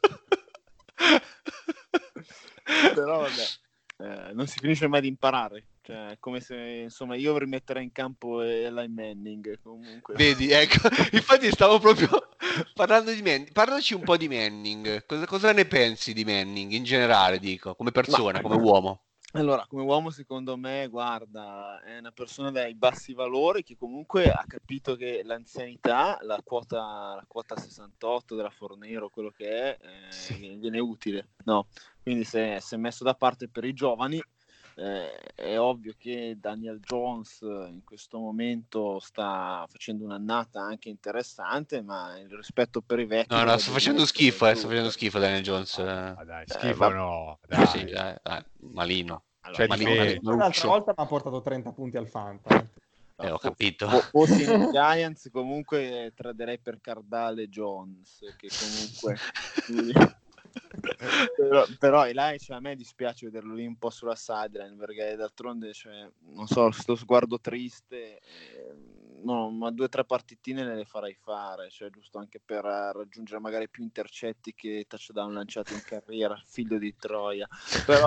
Però vabbè, eh, non si finisce mai di imparare. Cioè, è come se insomma io rimetterei in campo Eli Manning comunque. Vedi, ecco, infatti stavo proprio parlando di Manning. Parlaci un po' di Manning. Cosa, cosa ne pensi di Manning in generale, dico, come persona, come uomo? Allora, come uomo secondo me, guarda, è una persona dai bassi valori che comunque ha capito che l'anzianità, la quota, la quota sessantotto della Fornero, quello che è, eh, Sì. viene utile, no? Quindi se si è messo da parte per i giovani, eh, è ovvio che Daniel Jones in questo momento sta facendo un'annata anche interessante, ma il rispetto per i vecchi... No, no, sto dovrebbe facendo essere schifo, eh, sto giusto. facendo schifo Daniel Jones. Ah, eh. dai, Eh, schifo va- no. Eh, Dai. sì, dai, dai, malino. Allora, Cioè, ma di no, fe- ma- L'altra volta mi ha portato trenta punti al Fanta. Eh, ho capito. Fo- fossi nei Giants comunque traderei per Cardale Jones che comunque però, però Eli, cioè, a me dispiace vederlo lì un po' sulla sideline perché d'altronde cioè, non so, sto sguardo triste eh, no, ma due o tre partitine le farei fare, cioè giusto anche per eh, raggiungere magari più intercetti che touchdown lanciati in carriera, figlio di Troia, però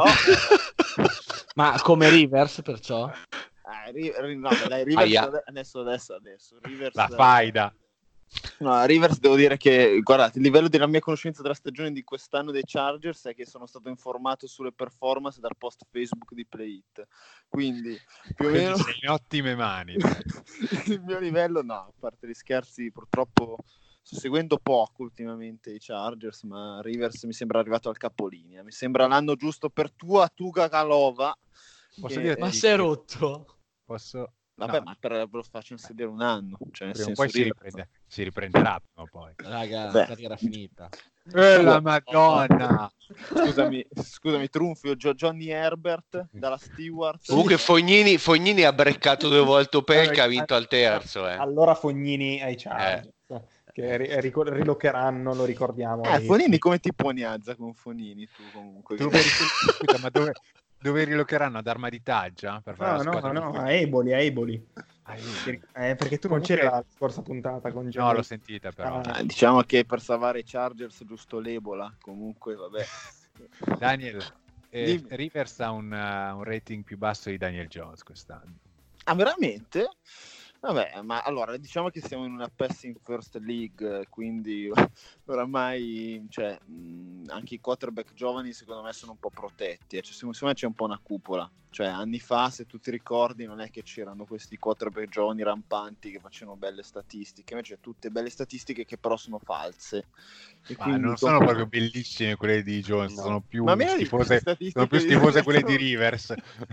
Ma come Rivers, perciò? eh, Ri- Ri- no, dai, Rivers Aia. ade- adesso adesso adesso Rivers La faida. No, Rivers devo dire che, guardate, il livello della mia conoscenza della stagione di quest'anno dei Chargers è che sono stato informato sulle performance dal post Facebook di Play It, quindi più o Quindi meno sei in ottime mani. il mio livello, no, a parte gli scherzi, purtroppo sto seguendo poco ultimamente i Chargers, ma Rivers mi sembra arrivato al capolinea, mi sembra l'anno giusto per tua Tuga Calova. Posso che- dire- Ma Sì, sei sì. rotto? Posso... Vabbè, no, ma per, lo faccio sedere un anno, cioè nel prima o senso poi si, Rivers- riprende- si riprenderà prima o poi. Raga, Beh. la carriera finita. Eh, la Madonna! Scusami, scusami, Trunfio, Gio- Johnny Herbert dalla Stewart. Comunque Fognini, Fognini ha breccato due volte Opelka, ha vinto al terzo. Eh. Allora Fognini ai Chargers, che ri- ricor- riloccheranno, lo ricordiamo. Eh, ai- Fonini, come ti poni Azza con Fonini tu comunque? Dove, scusa, ma dove, dove riloccheranno? Ad Arma di Taggia? Per fare No, la no, squadra no, di- a Eboli, a Eboli. Ah, io- Eh, perché tu non Comunque- c'eri la scorsa puntata con No, Gianni. l'ho sentita però. Ah. Eh, diciamo che per salvare i Chargers giusto l'Ebola, comunque vabbè. Daniel, eh, Dimmi. Rivers ha un, uh, un rating più basso di Daniel Jones quest'anno. Ah, veramente? Vabbè, ma allora diciamo che siamo in una passing first league, quindi oramai cioè, mh, anche i quarterback giovani secondo me sono un po' protetti. Eh. Cioè, secondo me c'è un po' una cupola. Cioè, anni fa, se tu ti ricordi, non è che c'erano questi quarterback giovani rampanti che facevano belle statistiche, invece tutte belle statistiche che però sono false. E Ma quindi non dopo- sono proprio bellissime quelle di Jones, No. sono più Ma a me le schifose, statistiche sono più di- schifose quelle di Rivers.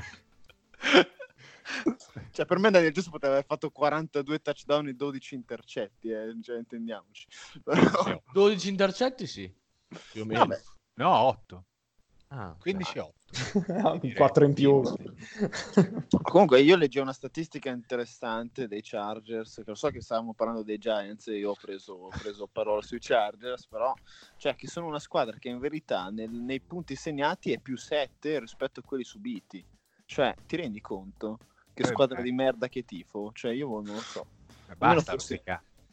Cioè, per me Daniel Jones poteva aver fatto quarantadue touchdown e dodici intercetti, eh, cioè, intendiamoci. Però- dodici intercetti, sì. Più o meno. Vabbè. No, otto. Ah, quindici otto. Un quattro in più. Comunque io leggevo una statistica interessante dei Chargers, che lo so che stavamo parlando dei Giants e io ho preso, ho preso parola sui Chargers, però cioè che sono una squadra che in verità nel- nei punti segnati è più sette rispetto a quelli subiti. Cioè, ti rendi conto? Che Eh, squadra beh. di merda che tifo? Cioè io non lo so. Basta, forse- Rosica.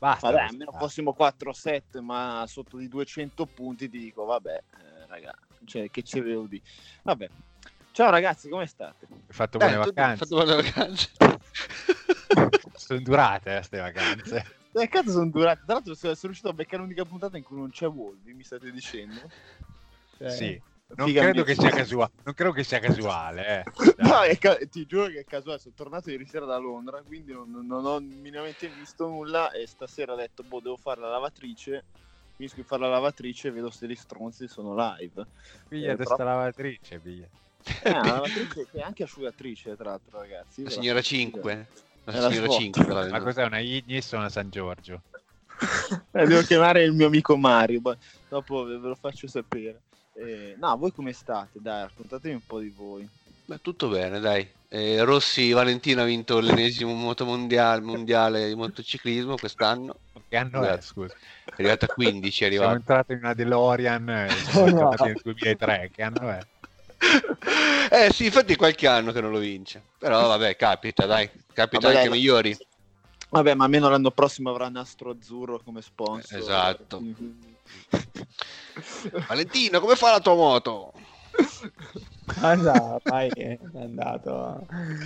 Basta. Vabbè, questa. almeno fossimo quattro sette, ma sotto di duecento punti ti dico, vabbè, eh, raga, cioè, che ci avevo di... Vabbè. Ciao ragazzi, come state? Hai fatto Eh, buone tu- vacanze. fatto buone vacanze. Sono durate queste vacanze. Eh, cazzo sono durati. Tra l'altro sono riuscito a beccare l'unica puntata in cui non c'è Wolvi, mi state dicendo? Cioè, Sì. Non Figa credo, mia. che sia casua- non credo che sia casuale. Eh. No, Dai. è ca- ti giuro che è casuale, sono tornato ieri sera da Londra, quindi non, non ho minimamente visto nulla e stasera ho detto, boh, devo fare la lavatrice, finisco di fare la lavatrice e vedo se gli stronzi sono live. Piglia Eh, testa però- lavatrice, piglia. Eh, la lavatrice che è anche asciugatrice, tra l'altro, ragazzi. La Ve la signora faccio cinque. dire. La È la signora svolta. cinque. però, Ma no. cos'è una Ignis o una San Giorgio? Eh, devo chiamare il mio amico Mario, ma dopo ve ve lo faccio sapere. Eh, no, voi come state? Dai, raccontatemi un po' di voi. Beh, tutto bene, dai. Eh, Rossi Valentino ha vinto l'ennesimo motomondiale mondiale di motociclismo quest'anno. Che anno è, Esatto. scusa? È arrivato a quindici, è Siamo arrivato. entrati in una DeLorean e siamo Oh, no. tornati nel duemilatré. Che anno è? Eh sì, infatti è qualche anno che non lo vince. Però vabbè, capita, dai. Capita Vabbè, anche dai, migliori. Vabbè, ma almeno l'anno prossimo avrà Nastro Azzurro come sponsor. Esatto. Quindi- Valentino, come fa la tua moto? Ah, no, ormai è andato.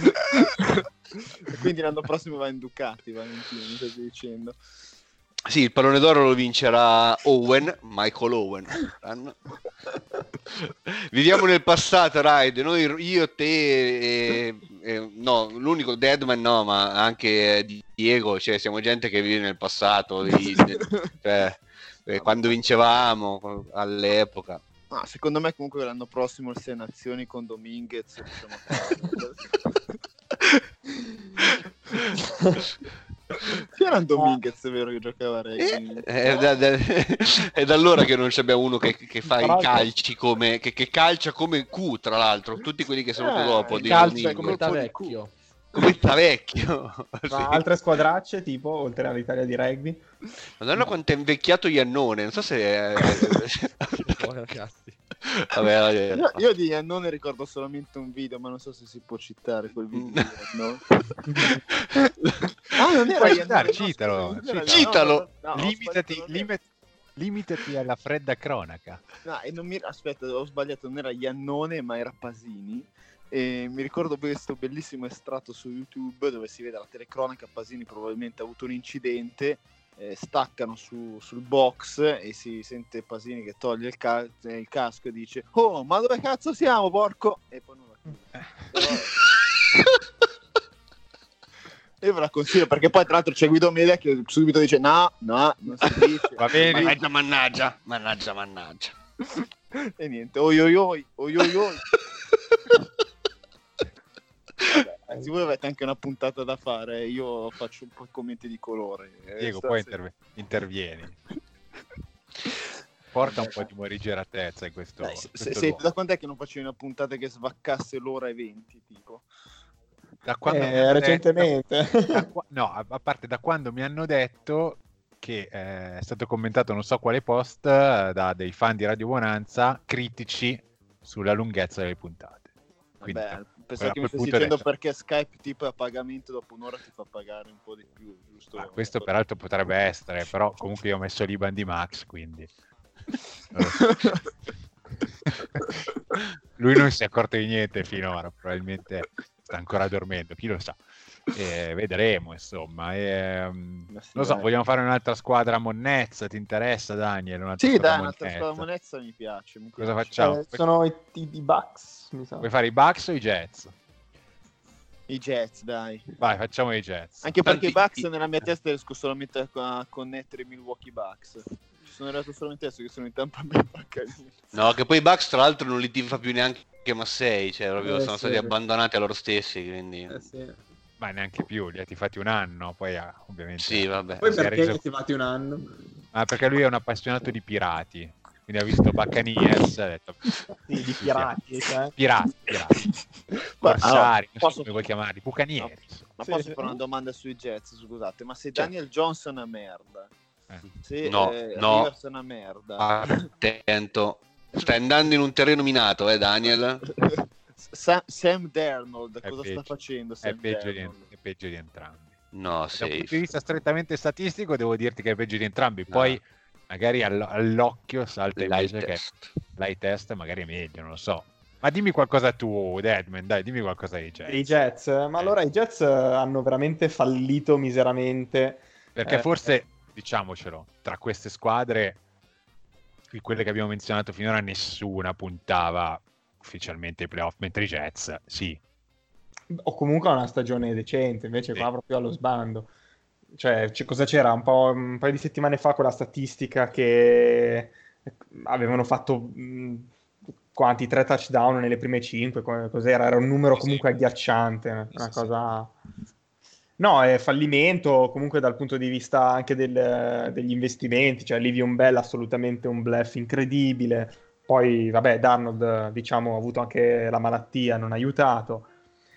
E quindi l'anno prossimo va in Ducati, Valentino, mi stai dicendo. Sì, il pallone d'oro lo vincerà Owen, Michael Owen. quest'anno. Viviamo nel passato, Raid. Noi, io, te, e, e- no, l'unico Deadman no, ma anche Diego, cioè siamo gente che vive nel passato, di- cioè, eh, quando vincevamo all'epoca. Ah, secondo me comunque l'anno prossimo il Sei Nazioni con Dominguez diciamo, c'era un Dominguez, è vero, che giocava a rugby. Eh, È da, da- è da allora che non abbiamo uno che, che fa Tra i l'altro- calci come che, che calcia come Q, tra l'altro. Tutti quelli che sono venuti Eh, dopo il di calcio Domingo. è Come Colpo di vecchio. come sta vecchio. Sì. Ma altre squadracce, tipo, oltre all'Italia di rugby? Madonna quanto è invecchiato Iannone, non so se è... Oh, ragazzi. Vabbè, vabbè. Io, io di Iannone ricordo solamente un video, ma non so se si può citare quel video. No? Ah, non era Puoi Iannone, citare, no, citalo, scusa, non era- citalo. no, no, no, ho limitati, sbagliato, non era- limit- limitati alla fredda cronaca. No, e non mi... aspetta, ho sbagliato, non era Iannone, ma era Pasini. E mi ricordo questo bellissimo estratto su YouTube dove si vede la telecronaca. Pasini probabilmente ha avuto un incidente, eh, staccano su- sul box e si sente Pasini che toglie il, ca- il casco e dice: "Oh, ma dove cazzo siamo, porco?" E poi non la chiude. Però- Io ve la consiglio perché poi tra l'altro c'è Guido Media che subito dice: "No, no, non si dice." Va bene. Mannaggia, mannaggia, mannaggia, mannaggia. E niente, oi oi oi, oi oi oi. Vabbè, ragazzi, voi avete anche una puntata da fare, io faccio un po' i commenti di colore. eh, Diego, stasera. poi interve- intervieni. Porta un po' di morigeratezza in questo, Dai, se- questo se- luogo. da quando è che non facevi una puntata che svaccasse l'ora e venti, tipo? Da quando mi Eh, hanno recentemente. detto- da qua- no, a, a parte da quando mi hanno detto che eh, è stato commentato non so quale post eh, da dei fan di Radio Bonanza critici sulla lunghezza delle puntate. Quindi, Vabbè, a pensavo che quel mi stessi punto ho dicendo detto- perché Skype tipo a pagamento dopo un'ora ti fa pagare un po' di più, giusto? ah, questo peraltro potrebbe essere, però comunque io ho messo l'I B A N di Max, quindi non lo so. Lui non si è accorto di niente finora, probabilmente sta ancora dormendo, chi lo sa. Eh, vedremo insomma. Ehm, Ma sì, non so, dai. vogliamo fare un'altra squadra a Monnezza? Ti interessa, Daniel? Un'altra Sì, squadra dai, a un'altra Monnezza? squadra monezza mi piace. mi Cosa piace. facciamo? Eh, sono i, i, i Bucks, mi sa. Vuoi fare i Bucks o i Jets? I Jets, dai. Vai, facciamo i Jets. Anche perché Tanti- i Bucks nella mia testa riesco solamente a, a connettere i Milwaukee Bucks. Ci sono arrivato solamente adesso che sono in Tampa Bay Buccaneers. No, che poi i Bucks tra l'altro non li tifa più neanche Massei, cioè proprio Eh, sono sì. stati abbandonati a loro stessi, quindi... Eh, sì. Ma neanche più, li ha tifati un anno, poi ah, ovviamente... Sì, vabbè. Poi si è perché reso- li attivati un anno? Ah, perché lui è un appassionato di pirati, quindi ha visto Buccaneers e ha detto... Sì, di Sì, pirati, cioè. Pirati, pirati. Ma, Corsari, allora, non so posso- come vuoi chiamarli, bucanieri. Ma Sì, posso sì. fare una domanda sui Jets, scusate? Ma se Certo. Daniel Johnson è una merda, Eh. se No, eh, no. Rivers è una merda, Attento. Stai andando in un terreno minato, eh, Daniel? Sa- Sam Darnold È cosa peggio. sta facendo? È Sam peggio, di, Darnold? è peggio di entrambi. No, Da un safe. punto di vista strettamente statistico devo dirti che è peggio di entrambi, poi magari all- all'occhio salta L'eye invece che test. l'eye test magari è meglio, non lo so. Ma dimmi qualcosa tu, Deadman, dai, dimmi qualcosa dei Jets. I Jets, ma allora i Jets eh, hanno veramente fallito miseramente. Perché Eh, forse, diciamocelo, tra queste squadre, di quelle che abbiamo menzionato finora, nessuna puntava ufficialmente ai playoff, mentre i Jets, sì. o comunque una stagione decente, invece Sì. qua proprio allo sbando. Cioè, c- cosa c'era? Un po', un paio di settimane fa quella statistica che avevano fatto mh, quanti? Tre touchdown nelle prime cinque, co- cos'era? Era un numero Sì, comunque sì. agghiacciante, una Sì, sì, cosa... No, è fallimento comunque dal punto di vista anche del- degli investimenti, cioè Livion Bell assolutamente un bluff incredibile, poi vabbè Darnold diciamo ha avuto anche la malattia, non ha aiutato.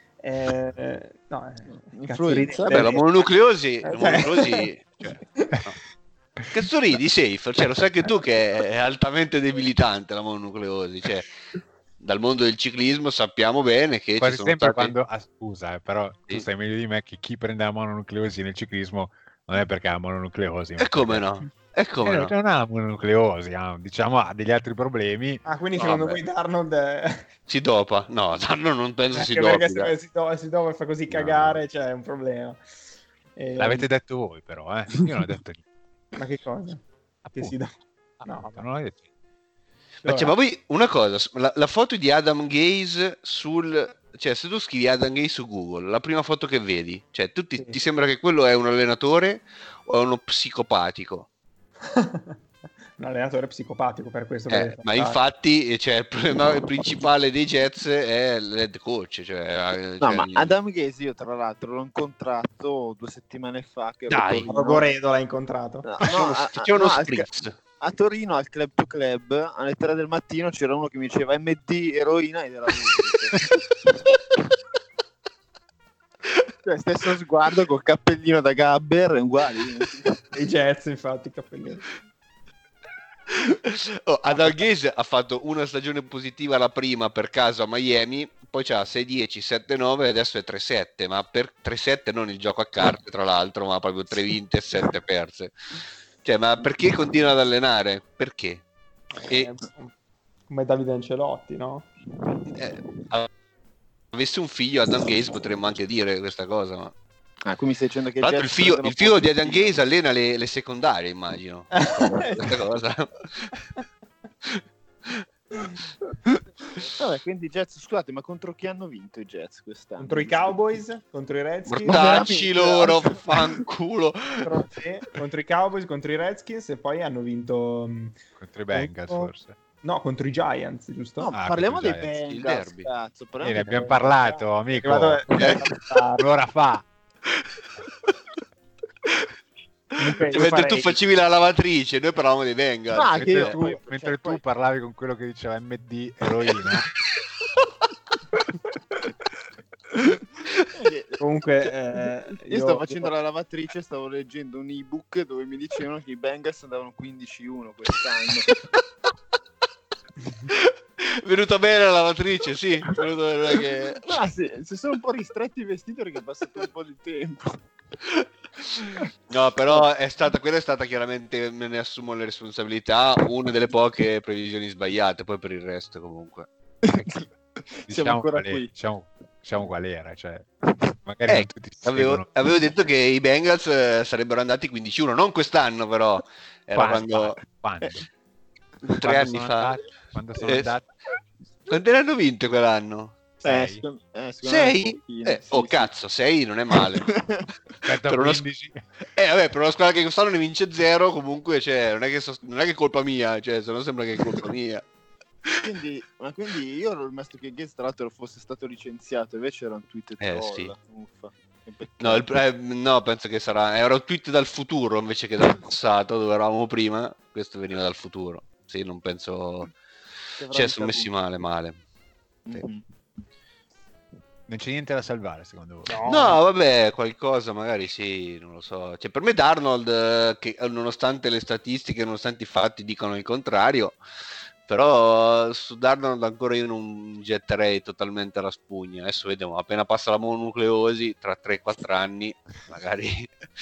Eh, no, eh, cazzo ridi- Influenza. Vabbè, la mononucleosi, la Eh, mononucleosi, cioè, no. Cazzo ridi, safe, cioè, lo sai che tu che è altamente debilitante la mononucleosi, cioè, dal mondo del ciclismo sappiamo bene che ci Quasi sono sempre stati... quando, ah, scusa, eh, però tu Sì. sai meglio di me che chi prende la mononucleosi nel ciclismo non è perché ha mononucleosi, ma E come perché- no? E come Eh, no? non ha mononucleosi, ha, diciamo ha degli altri problemi. Ah, quindi secondo Vabbè. voi Darnold è... Si dopa? No, no, non penso si Anche perché dopi. se dai. si do- si dove fa così No. cagare c'è un problema. Eh, L'avete detto voi però, eh? Io non ho detto niente. Ma che cosa? Che Appunto. si do... No, Appunto, ma- non ho detto niente. Ma, cioè, ma poi una cosa, la, la foto di Adam Gaze sul... Cioè, se tu scrivi Adam Gaze su Google, la prima foto che vedi, cioè, tu ti, Sì. ti sembra che quello è un allenatore o è uno psicopatico? un allenatore psicopatico per questo. Eh, deve ma fare. infatti, cioè, il problema principale dei Jets è l'head coach. Cioè, No, cioè, ma Adam Gaze io tra l'altro l'ho incontrato due settimane fa. Che ero a Dai. Torino. Rogoredo l'ha incontrato. No, c'è no, uno, a- c'è uno no, al- spritz. a Torino al Club to Club alle tre del mattino c'era uno che mi diceva M D, eroina ed era lui. Cioè, stesso sguardo col cappellino da Gabber, uguali. I Jets, infatti, cappellini. Oh, Adam Gaze ha fatto una stagione positiva la prima per caso a Miami, poi c'ha sei dieci, sette nove e adesso è tre sette, ma per tre sette non il gioco a carte tra l'altro, ma proprio tre vinte e sette perse. Cioè, ma perché continua ad allenare? Perché? E Eh, come Davide Ancelotti, no? eh, avesse un figlio Adam Gaze potremmo anche dire questa cosa, ma... Ah, qui mi stai dicendo che Tra l'altro il Jets figlio, prendono il figlio pochi di Adam figli. Gaze allena le, le secondarie, immagino. Questa cosa. Vabbè, quindi i Jets, scusate, ma contro chi hanno vinto i Jets quest'anno? Contro i Cowboys, contro i Redskins, Mortacci veramente, loro, no? fanculo. contro, sì, contro i Cowboys, contro i Redskins e poi hanno vinto mh, Contro i Bengals contro- forse. no, contro i Giants, giusto? No, Ah, parliamo dei contro i Giants, il Bengals, derby. cazzo. Eh, parliamo ne dei abbiamo Bengals. parlato, amico. Arrivato- Eh, un'ora fa. Comunque, Cioè, io mentre tu farei- facevi la lavatrice, noi parlavamo dei Bengals. Ma Mentre, che tu, io- mentre cioè, tu poi- parlavi con quello che diceva M D eroina. Eh, Comunque, eh, Io, io- stavo facendo la lavatrice, stavo leggendo un ebook dove mi dicevano che i Bengals andavano quindici uno quest'anno. Venuta bene la lavatrice, sì. Venuta bene che... Ma sì, si sono un po' ristretti i vestiti perché è passato un po' di tempo. No, però è stata, quella è stata chiaramente, me ne assumo le responsabilità, una delle poche previsioni sbagliate, poi per il resto comunque. Siamo Diciamo ancora qual, è- qui. diciamo, diciamo qual era, cioè, magari non Eh, tutti si avevo, seguono. avevo detto che i Bengals eh, sarebbero andati quindici uno, non quest'anno però, era Quando? quando... Quando? tre Quando anni sono fa. andati? Quando sono Eh, andati? Quante ne hanno vinte quell'anno? Eh, Sei? secondo, eh, secondo me un sei? pochino, Eh, sì, oh sì. cazzo, sei non è male. Aspetta, per una, quindici. eh, vabbè, per una squadra che quest'anno ne vince zero, comunque, cioè, non è che, so- non è che è colpa mia, cioè, se no sembra che è colpa mia. Quindi, ma quindi io ero rimasto che Gates tra l'altro fosse stato licenziato, invece era un tweet Eh, troll. sì. Uffa. Che peccato. No, il- eh, no, penso che sarà. Era un tweet dal futuro invece che dal passato, dove eravamo prima. Questo veniva dal futuro. Sì, non penso. Che avrà Cioè, sono messi ricavuto. male, male. Mhm. Non c'è niente da salvare, secondo voi? No, No, vabbè, qualcosa magari sì, non lo so. Cioè, per me Darnold, eh, che nonostante le statistiche, nonostante i fatti dicano il contrario, però su Darnold ancora io non getterei totalmente la spugna. Adesso vediamo, appena passa la mononucleosi tra tre quattro anni magari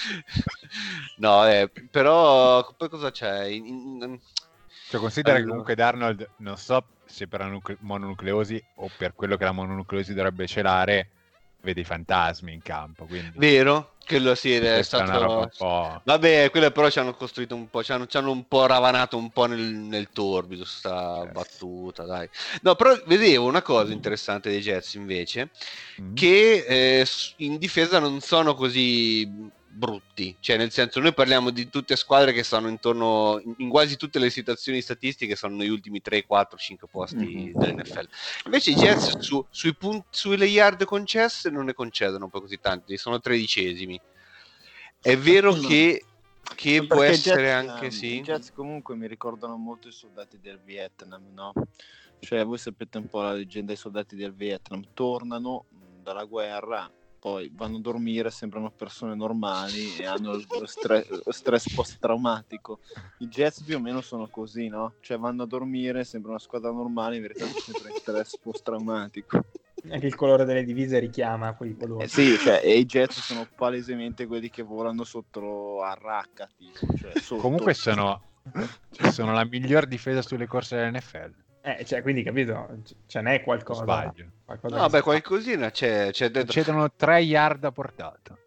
no eh, però poi cosa c'è in, in... Cioè considera allora. che comunque Darnold non so se per la nucle- mononucleosi o per quello che la mononucleosi dovrebbe celare vede i fantasmi in campo, quindi vero? Quello sì, è questa stato... è una roba un po'... Vabbè, quello però ci hanno costruito un po', ci hanno, ci hanno un po' ravanato un po' nel, nel torbido sta Yes. battuta, dai. No, però vedevo una cosa interessante dei Jets invece, Mm. che eh, s- in difesa non sono così brutti, cioè nel senso noi parliamo di tutte squadre che sono intorno, in, in quasi tutte le situazioni statistiche sono negli ultimi tre, quattro, cinque posti Mhm. dell'N F L. Invece i Jets su, sui punti, sulle yard concesse non ne concedono poi così tanti, sono tredicesimi. È vero No. che, che Perché può i essere Jets, anche ehm, sì. I Jets comunque mi ricordano molto i soldati del Vietnam, no? Cioè, voi sapete un po' la leggenda dei soldati del Vietnam, tornano mh, dalla guerra, poi vanno a dormire, sembrano persone normali e hanno lo stre- lo stress post-traumatico. I Jets più o meno sono così, no? Cioè vanno a dormire, sembra una squadra normale, in verità sono sempre in stress post-traumatico. Anche il colore delle divise richiama quei colori. Eh sì, cioè, e i Jets sono palesemente quelli che volano sotto a racca, tipo, cioè, sotto. Comunque sono, sono la miglior difesa sulle corse dell'N F L. Eh, cioè, quindi capito, c- ce n'è O qualcosa. sbaglio? qualcosa No, che vabbè, si fa. qualcosina c'è, c'è dentro. Cedono tre yard a portata.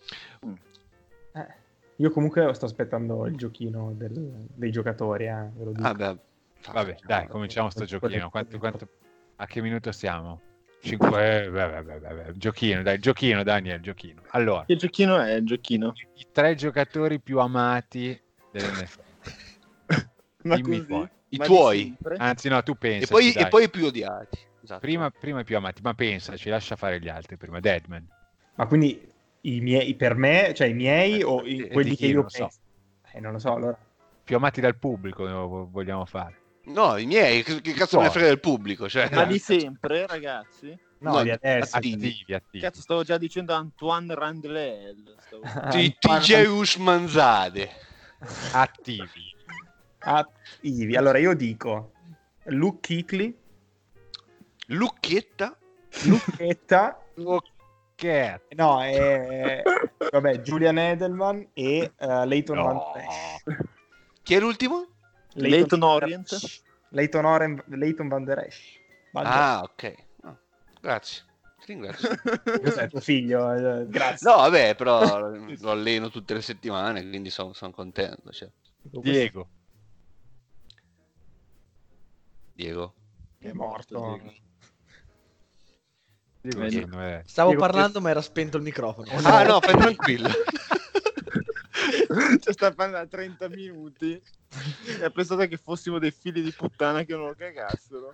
Eh, io comunque sto aspettando il giochino del- dei giocatori, eh, ve lo dico. Vabbè, Vabbè, dai, cominciamo sto Quello- giochino. Quanto, quanto- a che minuto siamo? cinque... Vabbè, vabbè, vabbè. Giochino, dai, giochino, Daniel, giochino. Allora, Che giochino è il giochino? i tre giocatori più amati dell'N F L. Ma Dimmi così? poi. I Ma di tuoi? sempre? Anzi, no, tu E pensa. poi, e poi i più odiati. Esatto. Prima, prima i più amati, ma pensaci, lascia fare gli altri prima. Deadman. Ma quindi i miei, per me, cioè i miei o i- E- e quelli di che chi? io Non lo so. penso? Eh, non lo so, allora. Più amati dal pubblico no, vogliamo fare. No, i miei, che, che cazzo me ne frega del pubblico? Cioè, Ma di sempre, ragazzi? No, No, di adesso. attivi. Attivi, attivi. Cazzo, stavo già dicendo Antoine Randlel. Stavo... T- T J Usmanzade. Attivi. Attivi. Allora io dico Luke Kuechly, Lucchetta. Lucchetta, Ok. no, è... vabbè, Julian Edelman e uh, Leighton No. Van Der Esch. Chi è l'ultimo? Leyton Orient. Leighton, Oren... Leighton Van Der Esch. Van Der- Ah, ok. No, grazie. Ti ringrazio. Cos'è tuo figlio? Eh, Grazie. No, vabbè, però lo alleno tutte le settimane, quindi sono contento. Cioè. Diego. Diego. È morto. Diego, Vedi. secondo me- Stavo Diego- parlando, ma era spento il microfono. Ah, no, fai tranquillo. Cioè, sta parlando da trenta minuti e ha pensato che fossimo dei figli di puttana che non lo cagassero.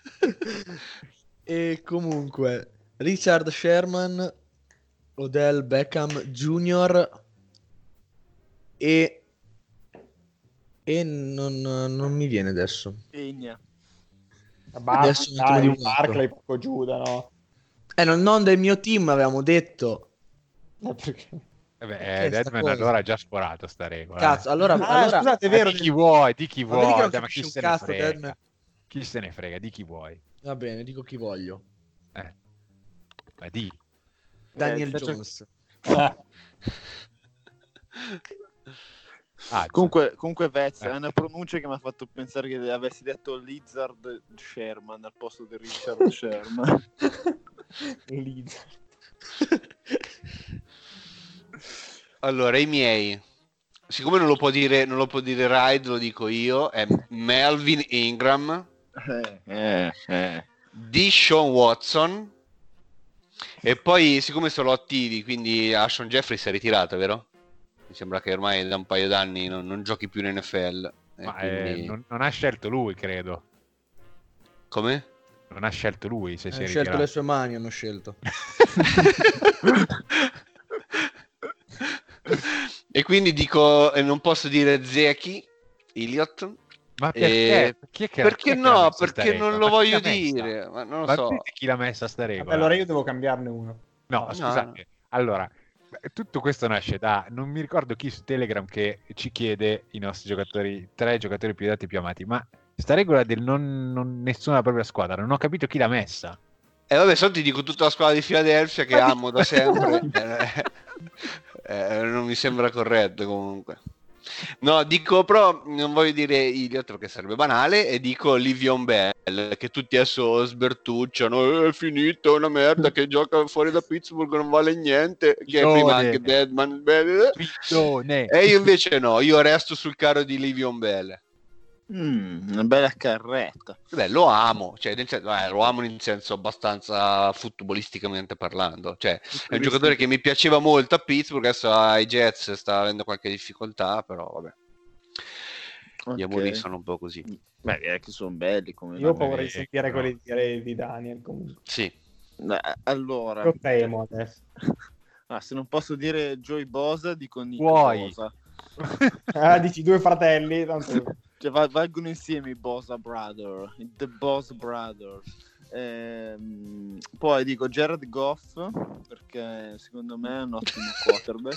E comunque, Richard Sherman, Odell Beckham Junior e... E non, non mi viene adesso. Egna. Basta, Adesso un attimo dai, di vuoto. Barclay poco Giuda, no? Eh, non, non del mio team, avevamo detto. Ma perché? Eh beh, Che è sta Deadman cosa? allora ha già sforato sta regola. eh. Cazzo, allora... Ah, allora scusate, è Ma vero. di chi vuoi, di chi Ma vedi che vuoi, non dai, ma capisci chi un se ne cazzo, frega? Deadman. Chi se ne frega, di chi vuoi? Va bene, dico chi voglio. Eh. Ma di. Daniel Eh, faccio- Jones. Ah, Ah, Comunque, comunque Vez, Eh. è una pronuncia che mi ha fatto pensare che avessi detto Lizard Sherman al posto di Richard Sherman. Leeds. Allora, i miei. Siccome non lo può dire, non lo può dire Ride, lo dico io. È Melvin Ingram, eh, eh, eh. Deshaun Watson. E poi, siccome sono attivi, quindi Ashon Jeffrey si è ritirato, vero? Mi sembra che ormai da un paio d'anni non, non giochi più in N F L. e Ma eh, quindi- non, non ha scelto lui, credo. Come? Non ha scelto lui se si Hanno è scelto le ritirato. sue mani, hanno scelto. E quindi dico, eh, non posso dire Zeki, Elliott. Ma Eh, perché? Chi è che- perché chi è che l'ha no? messa sta Perché regola? non lo Ma chi voglio l'ha messa? dire. Ma non lo Ma so. dite chi l'ha messa sta regola? Vabbè, allora io devo cambiarne uno. No, No, scusate. Allora, tutto questo nasce da... Non mi ricordo chi su Telegram che ci chiede i nostri giocatori, tre giocatori più dati e più amati, ma Questa regola del non, non nessuna propria squadra, non ho capito chi l'ha messa. E eh, vabbè, se no ti dico tutta la squadra di Philadelphia che amo da sempre. eh, eh, non mi sembra corretto comunque. No, dico però, non voglio dire Elliott perché sarebbe banale, e dico Le'Veon Bell, che tutti adesso sbertucciano, è finito, è una merda, che gioca fuori da Pittsburgh, non vale niente, che è prima anche Deadman. E io invece no, io resto sul carro di Le'Veon Bell. Mm, una bella carretta. Beh, lo amo, cioè, nel senso, eh, lo amo in senso abbastanza futbolisticamente parlando. Cioè, è un giocatore che mi piaceva molto a Pittsburgh, adesso ai Jets sta avendo qualche difficoltà, però vabbè. Okay. Gli amori sono un po' così. Beh, è che sono belli come io ho paura di sentire no. quelli di, di Daniel comunque. Sì. Eh, allora, io temo adesso. Ah, se non posso dire Joey Bosa, dico Nick Puoi. Bosa. Ah, dici due fratelli, tanto... Cioè, valgono insieme i Bosa Brother, The Bosa Brother. Ehm, poi dico Jared Goff, perché secondo me è un ottimo quarterback.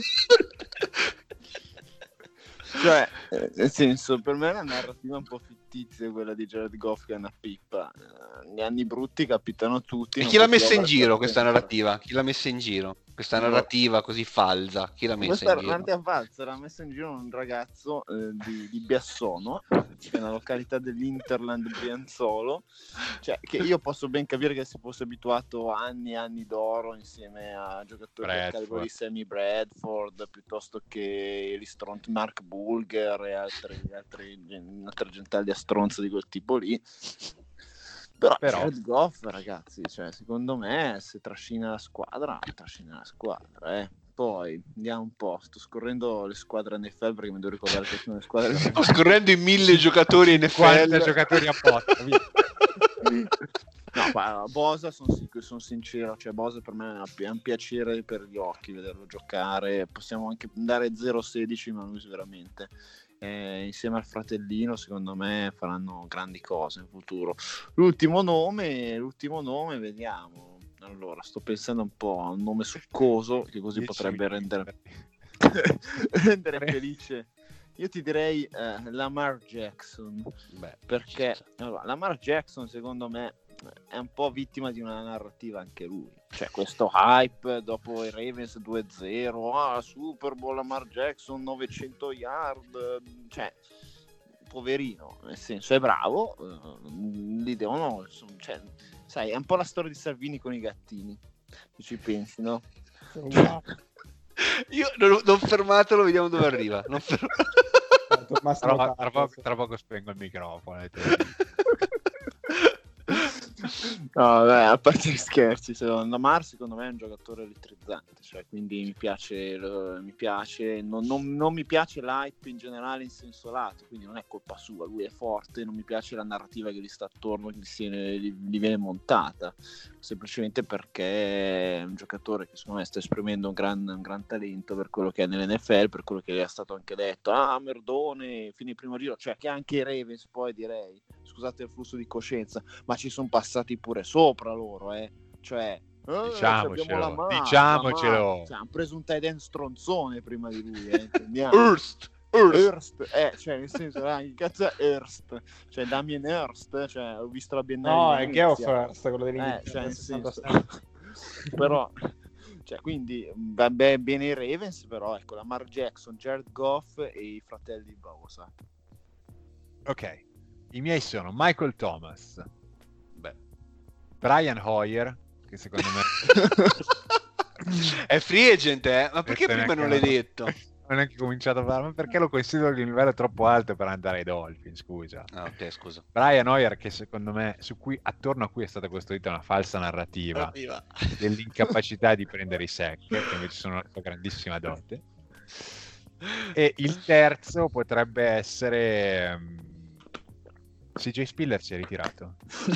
Cioè, nel senso, per me è una narrativa un po' fittizia quella di Jared Goff, che è una pippa. Gli anni brutti capitano tutti. E chi l'ha messa in giro questa narrativa? Chi l'ha messa in giro? Questa narrativa così falsa, chi l'ha messa questa in giro? Questa falsa l'ha messa in giro un ragazzo eh, di, di Biassono, che è una località dell'Interland Brianzolo, cioè che io posso ben capire che si fosse abituato a anni e anni d'oro insieme a giocatori del calibro di Sammy Bradford, piuttosto che Ristront Mark Bulger e altri, altri altre gentaglia stronza di quel tipo lì. Però, però... Jared Goff, ragazzi, cioè, secondo me se trascina la squadra, trascina la squadra, eh. Poi andiamo un po', sto scorrendo le squadre N F L perché mi devo ricordare che sono le squadre. Sto scorrendo i mille giocatori N F L, giocatori a botta. No, ma Bosa sono son sincero, cioè Bosa per me è un piacere per gli occhi vederlo giocare. Possiamo anche andare zero sedici, ma lui veramente eh, insieme al fratellino secondo me faranno grandi cose in futuro. L'ultimo nome, l'ultimo nome, vediamo. Allora, sto pensando un po' a un nome succoso che così potrebbe rendere rendere felice. Io ti direi eh, Lamar Jackson. Beh, perché allora, Lamar Jackson secondo me è un po' vittima di una narrativa anche lui, cioè questo hype dopo i Ravens due a zero, ah, Super Bowl Lamar Jackson novecento yard, cioè poverino, nel senso è bravo, eh, li devono, cioè, sai, è un po' la storia di Salvini con i gattini, se ci pensi, no? Io non, non fermatelo, vediamo dove arriva. Non fer... tra, tra, tra, poco, tra poco spengo il microfono. No, vabbè, a parte gli scherzi, Lamar secondo me è un giocatore elettrizzante, cioè, quindi mi piace, mi piace non, non, non mi piace l'hype in generale in senso lato, quindi non è colpa sua, lui è forte, non mi piace la narrativa che gli sta attorno, che gli, gli, gli viene montata, semplicemente perché è un giocatore che secondo me sta esprimendo un gran, un gran talento per quello che è nell'N F L, per quello che è stato anche detto, ah merdone, fine il primo giro, cioè che anche i Ravens poi direi, scusate il flusso di coscienza, ma ci sono passati pure sopra loro, eh, cioè eh, diciamocelo, la ma- diciamocelo. Ma- cioè, hanno preso un tight end stronzone prima di lui, eh, Hurst, Hurst. Hurst, eh, cioè nel senso, ah, che cazzo è Hurst? Cioè Damien Hurst, cioè ho visto la biennale. No, è Geoff Hurst, quello eh, cioè, nel senso, però cioè quindi vabbè, bene i Ravens, però ecco Lamar Jackson, Jared Goff e i fratelli Bosa. Ok, i miei sono Michael Thomas, beh, Brian Hoyer, che secondo me è free agent, eh? Ma perché prima non l'hai detto? Non è neanche cominciato a fare, ma perché lo considero di un livello troppo alto per andare ai Dolphins, scusa. Ah, ok, scusa. Brian Hoyer, che secondo me, su cui, attorno a cui è stata costruita una falsa narrativa Arriva. dell'incapacità di prendere i sack, che invece sono una sua grandissima dote. E il terzo potrebbe essere um, C J Spiller si è ritirato.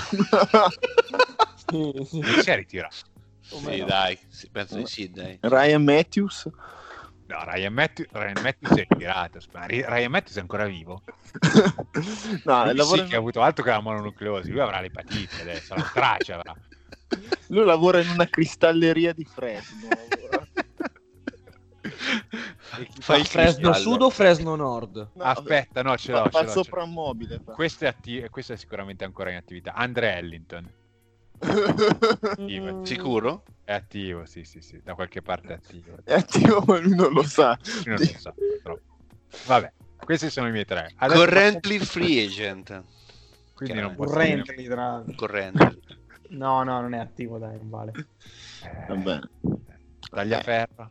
sì, sì. Non si è ritirato. Sì, no? Dai, penso di sì, dai. Ryan Matthews. No, Ryan Matthews, Ryan Matthews si è ritirato. Ryan Matthews è ancora vivo. No, lui lavora sì in... che ha avuto altro che la mononucleosi. Lui avrà l'epatite adesso, la traccia avrà. Lui lavora in una cristalleria di Fresno. Fai il Fresno cristallo. Sud o Fresno Nord? No, Aspetta, no, ce l'ho. fa, fa ce il l'ho, ce l'ho. soprammobile. fa. Questo è, atti- questo è sicuramente ancora in attività. Andre Ellington. Attivo, Sicuro? È attivo, sì, sì, sì. Da qualche parte è attivo. È attivo, ma lui non lo sa. Io non lo so, purtroppo. Vabbè, questi sono i miei tre. Adesso Currently free agent. quindi non posso Currently, tra l'altro. Currently. No, no, non è attivo, dai, non vale. dire. Va bene. Tagliaferro.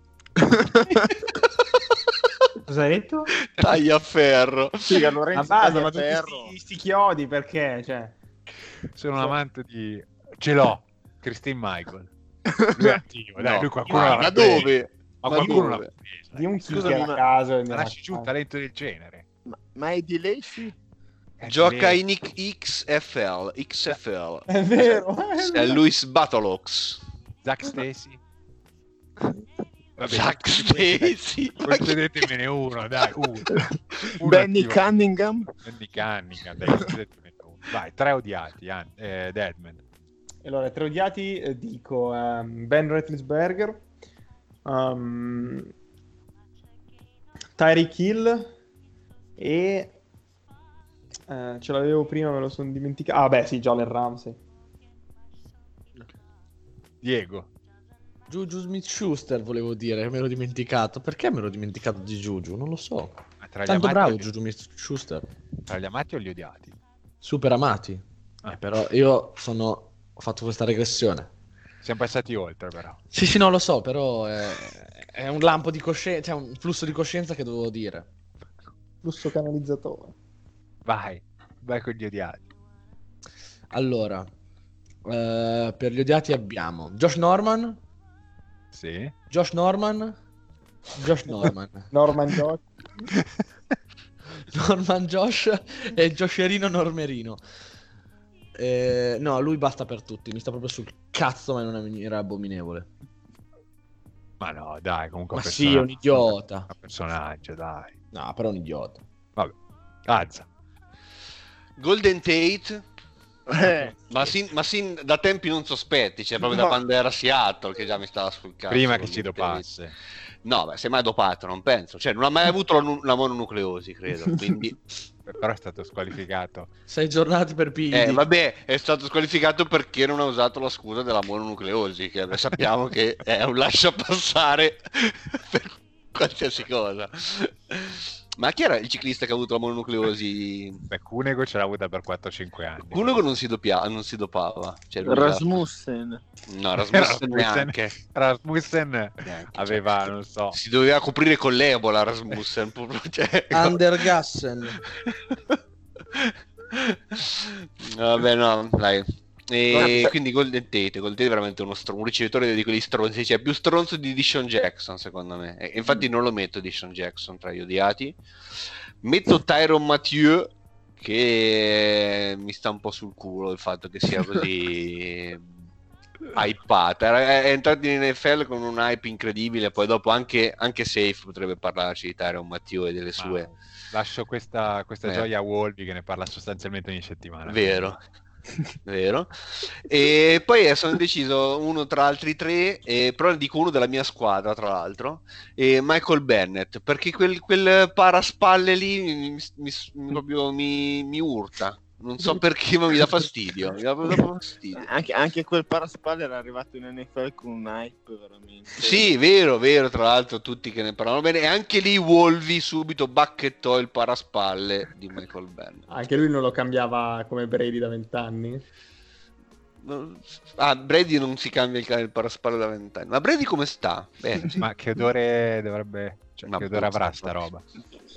Cosa hai detto? Tagliaferro. Figa, Ma Lorenzo basta, ma tutti Tagliaferro. sti, sti chiodi, perché? Cioè... Sono un amante di... Ce l'ho. Christine Michael. Lui è attivo. Dai, No. lui qualcuno Ma, l'ha ma preso. dove? Ma Ma qualcuno dove? l'ha preso. Di un Scusami, kicker a ma- caso. e Ma andiamo lasci giù un avanti. talento del genere. Ma, ma è di Lacey? È Gioca vero. in X F L. X F L. È vero. È Louis Battleox. Zack Stacy. Vabbè, Zack concedete- Stacy. concedetemene uno, dai, uno. Uno Benny attivo. Cunningham? Benny Cunningham, dai, concedetemene uno. Vai, tre odiati, An- eh, Deadman. Allora, tre odiati, eh, dico ehm, Ben Roethlisberger, um, Tyreek Hill e eh, ce l'avevo prima, me lo sono dimenticato. Ah, beh, sì, Jalen Ramsey. Diego. Juju Smith-Schuster volevo dire, me l'ho dimenticato. Perché me l'ho dimenticato di Juju? Non lo so. Ma tra gli Tanto amati bravo o gli- Juju Smith-Schuster. Tra gli amati o gli odiati? Super amati. Ah. Eh, però io sono... ho fatto questa regressione. Siamo passati oltre, però. Sì, sì, no, lo so, però è, è un lampo di coscienza, cioè un flusso di coscienza che dovevo dire. Flusso canalizzatore. Vai, vai con gli odiati. Allora, eh, per gli odiati abbiamo Josh Norman, Sì. Josh Norman, Josh Norman, Norman Josh. Norman Josh e Josherino Normerino. Eh, no, lui basta per tutti, mi sta proprio sul cazzo, ma in una maniera abominevole. Ma no, dai, comunque Ma un sì, è un personaggio- idiota. Un personaggio, dai. No, però è un idiota. Vabbè. Azza. Golden Tate. Eh, Ma, sin, ma sin da tempi non sospetti, cioè proprio da No. quando era a Seattle che già mi stava sul cazzo. Prima che Golden ci Tate. dopasse. No, beh, si è mai dopato, non penso. Cioè, non ha mai avuto la, nu- la mononucleosi, credo. Quindi, Però è stato squalificato. Sei giornati per P I D. eh, vabbè, è stato squalificato perché non ha usato la scusa della mononucleosi, che beh, sappiamo che è un lascia passare per qualsiasi cosa. Ma chi era il ciclista che ha avuto la mononucleosi? Beh, Cunego ce l'ha avuta per quattro cinque anni. Cunego non si, dopia- non si dopava. Cioè, lui era- Rasmussen. No, Rasmussen Rasmussen, neanche. Rasmussen Neanche, aveva, cioè, non so, si doveva coprire con l'Ebola Rasmussen. proprio, cioè, Andergassen. Vabbè, no, dai. E Guarda. quindi Golden Tate, Golden Tate è veramente uno str- un ricevitore di quelli stronzi, cioè più stronzo di Deshaun Jackson secondo me. E infatti non lo metto Deshaun Jackson tra gli odiati. Metto Tyron Mathieu, che mi sta un po' sul culo il fatto che sia così hypato. Era- È entrato in N F L con un hype incredibile, poi dopo anche, anche Safe potrebbe parlarci di Tyron Mathieu e delle ma sue. lascio questa, questa Eh. gioia a Wolby che ne parla sostanzialmente ogni settimana. Vero, vero. E poi eh, sono indeciso uno tra altri tre, eh, però ne dico uno della mia squadra, tra l'altro, e Michael Bennett, perché quel, quel paraspalle lì mi, mi- mi- proprio mi, mi urta. Non so perché, ma mi dà fastidio. Mi dà proprio fastidio. Anche, anche quel paraspalle era arrivato in N F L con un hype veramente. Sì, vero, vero, tra l'altro tutti che ne parlano bene, e anche lì Wolvi subito bacchettò il paraspalle di Michael Bennett. Anche lui non lo cambiava come Brady da vent'anni. Ah, Brady non si cambia il, il paraspalle da vent'anni. Ma Brady come sta? Bene, sì. Ma che odore dovrebbe... Cioè, Ma che odore puzza, avrà sta proprio. roba?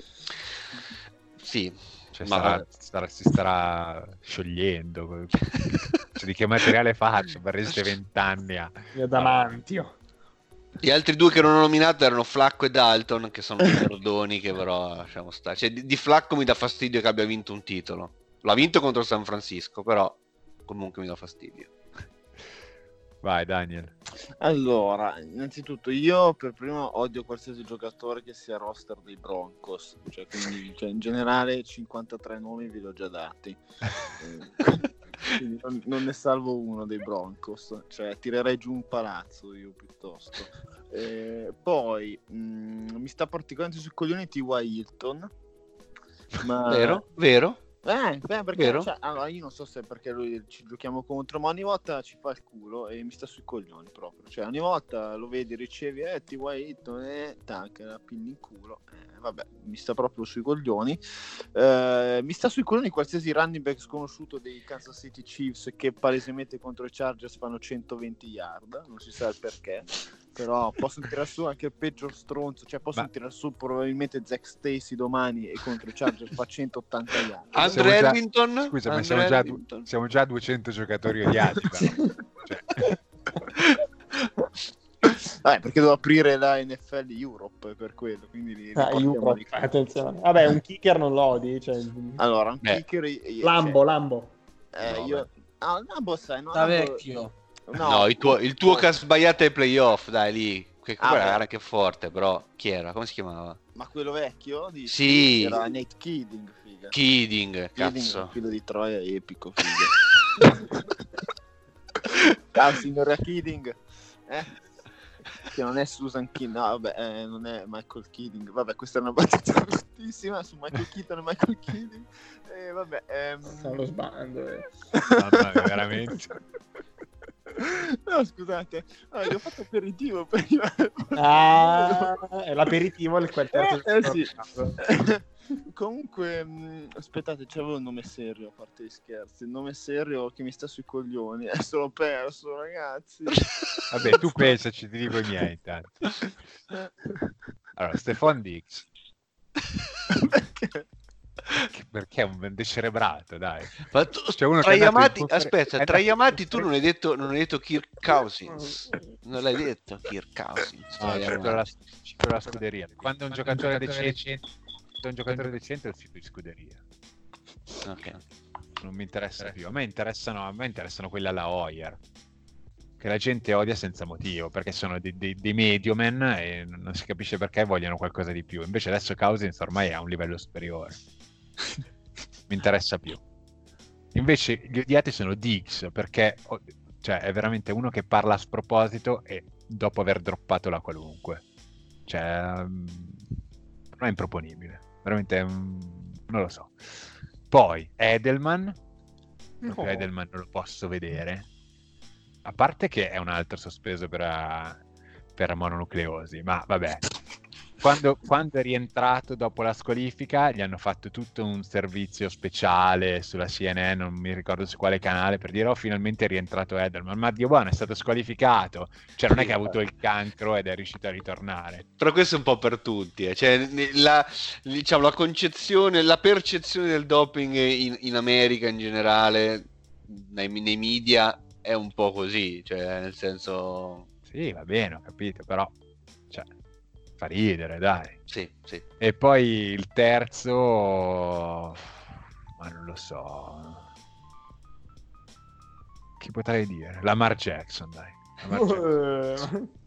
Sì, Cioè, ma starà- starà- si starà sciogliendo. Cioè, di che materiale faccio per resistere vent'anni a... Mio Damantio. gli altri due che non ho nominato erano Flacco e Dalton, che sono dei perdoni che però lasciamo stare. Cioè, di, di Flacco mi dà fastidio che abbia vinto un titolo. L'ha vinto contro San Francisco, però comunque mi dà fastidio. Vai, Daniel. Allora, innanzitutto io per primo odio qualsiasi giocatore che sia roster dei Broncos, cioè, quindi, cioè, in generale cinquantatré nomi ve li ho già dati. Eh, Quindi non, non ne salvo uno dei Broncos, cioè tirerei giù un palazzo io piuttosto. Eh, poi mh, mi sta particolarmente sui coglioni T Y. Hilton, ma Vero, vero. Eh, beh, perché Vero? cioè, allora, io non so se è perché lui ci giochiamo contro, ma ogni volta ci fa il culo e mi sta sui coglioni proprio. Cioè, ogni volta lo vedi, ricevi, eh, T Y. Hilton, eh, tac, la pinni in culo. Eh, vabbè, mi sta proprio sui coglioni. Eh, mi sta sui coglioni qualsiasi running back sconosciuto dei Kansas City Chiefs che palesemente contro i Chargers fanno centoventi yard, non si sa il perché. Però possono tirare su anche il peggior stronzo, cioè possono Ma- tirare su probabilmente Zack Stacy domani e contro i Chargers fa centottanta yard. Andre Siamo già- Ellington? Scusa, ma Andre siamo già, Ellington? siamo già a duecento giocatori odiati. però. Cioè, Vabbè, perché devo aprire la N F L Europe per quello, quindi li, li Ah, portiamo Europe, lì. attenzione. Vabbè, un kicker non lo odi, cioè... Allora, un Beh. kicker io- Lambo, Lambo. cioè, eh, No, io ah, Lambo sai, no, Sta Lambo- vecchio. No, il tuo, il tuo no. che ha sbagliato ai playoff, dai lì. Che Ah, quella beh. era anche forte, però. Chi era? Come si chiamava? Ma quello vecchio? Dici? Sì. Era Nate Kidding, figa. Kidding, Kidding, cazzo. il figlio di Troia, epico, figa. Ciao, signora Kidding. Eh? Che non è Susan Kidding, no, vabbè, eh, non è Michael Kidding. Vabbè, questa è una battuta bruttissima su Michael Keaton e Michael Kidding. Eh, vabbè, ehm... Stanno sbando, eh. mamma mia, veramente. No, scusate, no, gli ho fatto aperitivo prima. Ah, è l'aperitivo il quel terzo Eh, eh, sì. giorno. Comunque, mh, aspettate, c'avevo un nome serio, a parte gli scherzi. Il nome serio che mi sta sui coglioni. Adesso l'ho perso, ragazzi. Vabbè, tu pensaci, ti dico i miei intanto. Allora, Stefan Diggs, Perché? che- perché è un decerebrato, dai. Ma tu, C'è uno tra che è gli andato in amati, confer- aspetta, è tra gli andato in amati tu non hai detto, non hai detto Kirk Cousins. Non l'hai detto Kirk Cousins. No, Tra gli c'è amati. per la, c'è per la scuderia. Quando un giocatore decente, quando un giocatore decente è uscito di scuderia. Ok. Non mi interessa più. A me interessano, a me interessano quelli alla Hoyer, che la gente odia senza motivo, perché sono dei, dei, dei mediomen e non si capisce perché vogliono qualcosa di più. Invece adesso Cousins ormai è a un livello superiore. Mi interessa più. Invece gli odiati sono Diggs, perché oh, cioè, è veramente uno che parla a sproposito e dopo aver droppato la qualunque. Cioè, um, non è improponibile. Veramente um, non lo so. Poi Edelman, proprio No. Edelman non lo posso vedere. A parte che è un altro sospeso per, uh, per mononucleosi, ma vabbè. Quando, quando è rientrato dopo la squalifica gli hanno fatto tutto un servizio speciale sulla C N N, non mi ricordo su quale canale, per dire oh finalmente è rientrato Edelman, ma Dio buono è stato squalificato, cioè non è che ha avuto il cancro ed è riuscito a ritornare. Però questo è un po' per tutti, eh. Cioè, la, diciamo, la concezione, la percezione del doping in, in America in generale, nei, nei media, è un po' così, cioè nel senso... Sì, va bene, ho capito, però cioè, fa ridere, dai. Sì, sì. E poi il terzo, ma non lo so, chi potrei dire? Lamar Jackson, dai. Lamar Jackson. Eh,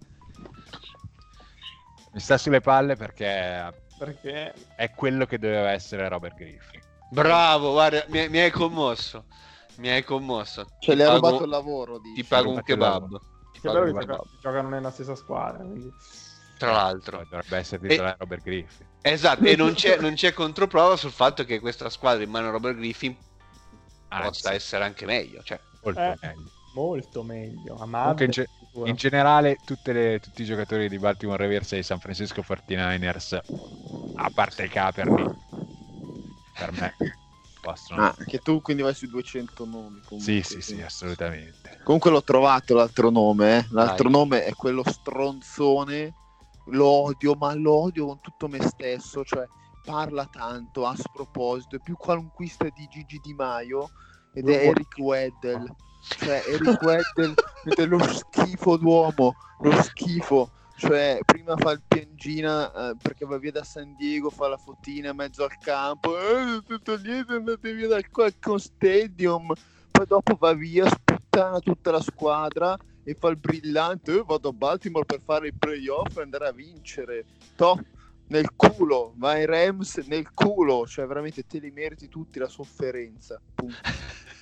Mi sta sulle palle perché Perché? è quello che doveva essere Robert Griffin. Bravo, guarda, mi, mi hai commosso, mi hai commosso. Cioè, Ti le ha pago- rubato il lavoro, dici. Ti pago un rubato il kebab. lavoro. Ti Che pago bello un che kebab. gioca- giocano nella stessa squadra, quindi... Tra l'altro. Cioè, dovrebbe essere titolare Robert Griffin. Esatto, e non c'è, non c'è controprova sul fatto che questa squadra in mano a Robert Griffin Anzi, possa essere anche meglio. Cioè. molto Eh. meglio. Molto meglio. Comunque Amabile, in, ge- sicuro. in generale tutte le- tutti i giocatori di Baltimore Ravens e i San Francisco quarantanovers, a parte il Kaepernick, per me possono... Ah, che tu quindi vai sui duecento nomi. Comunque. sì, sì, sì, assolutamente. Comunque l'ho trovato l'altro nome, eh. L'altro Vai. nome è quello stronzone. Lo odio, ma lo odio con tutto me stesso. Cioè, parla tanto a sproposito. È più qualunquista di Gigi Di Maio. Ed è Eric Weddle. Cioè, Eric Weddle è lo schifo d'uomo. Lo schifo. Cioè, prima fa il piangina eh, perché va via da San Diego, fa la fottina in mezzo al campo. Eh, tutto niente, andate via dal Qualcomm Stadium. Poi dopo va via, sputtana tutta la squadra e fa il brillante. Eh, vado a Baltimore per fare i playoff e andare a vincere. Toh, nel culo, vai Rams nel culo. Cioè, veramente te li meriti tutti la sofferenza. Punto.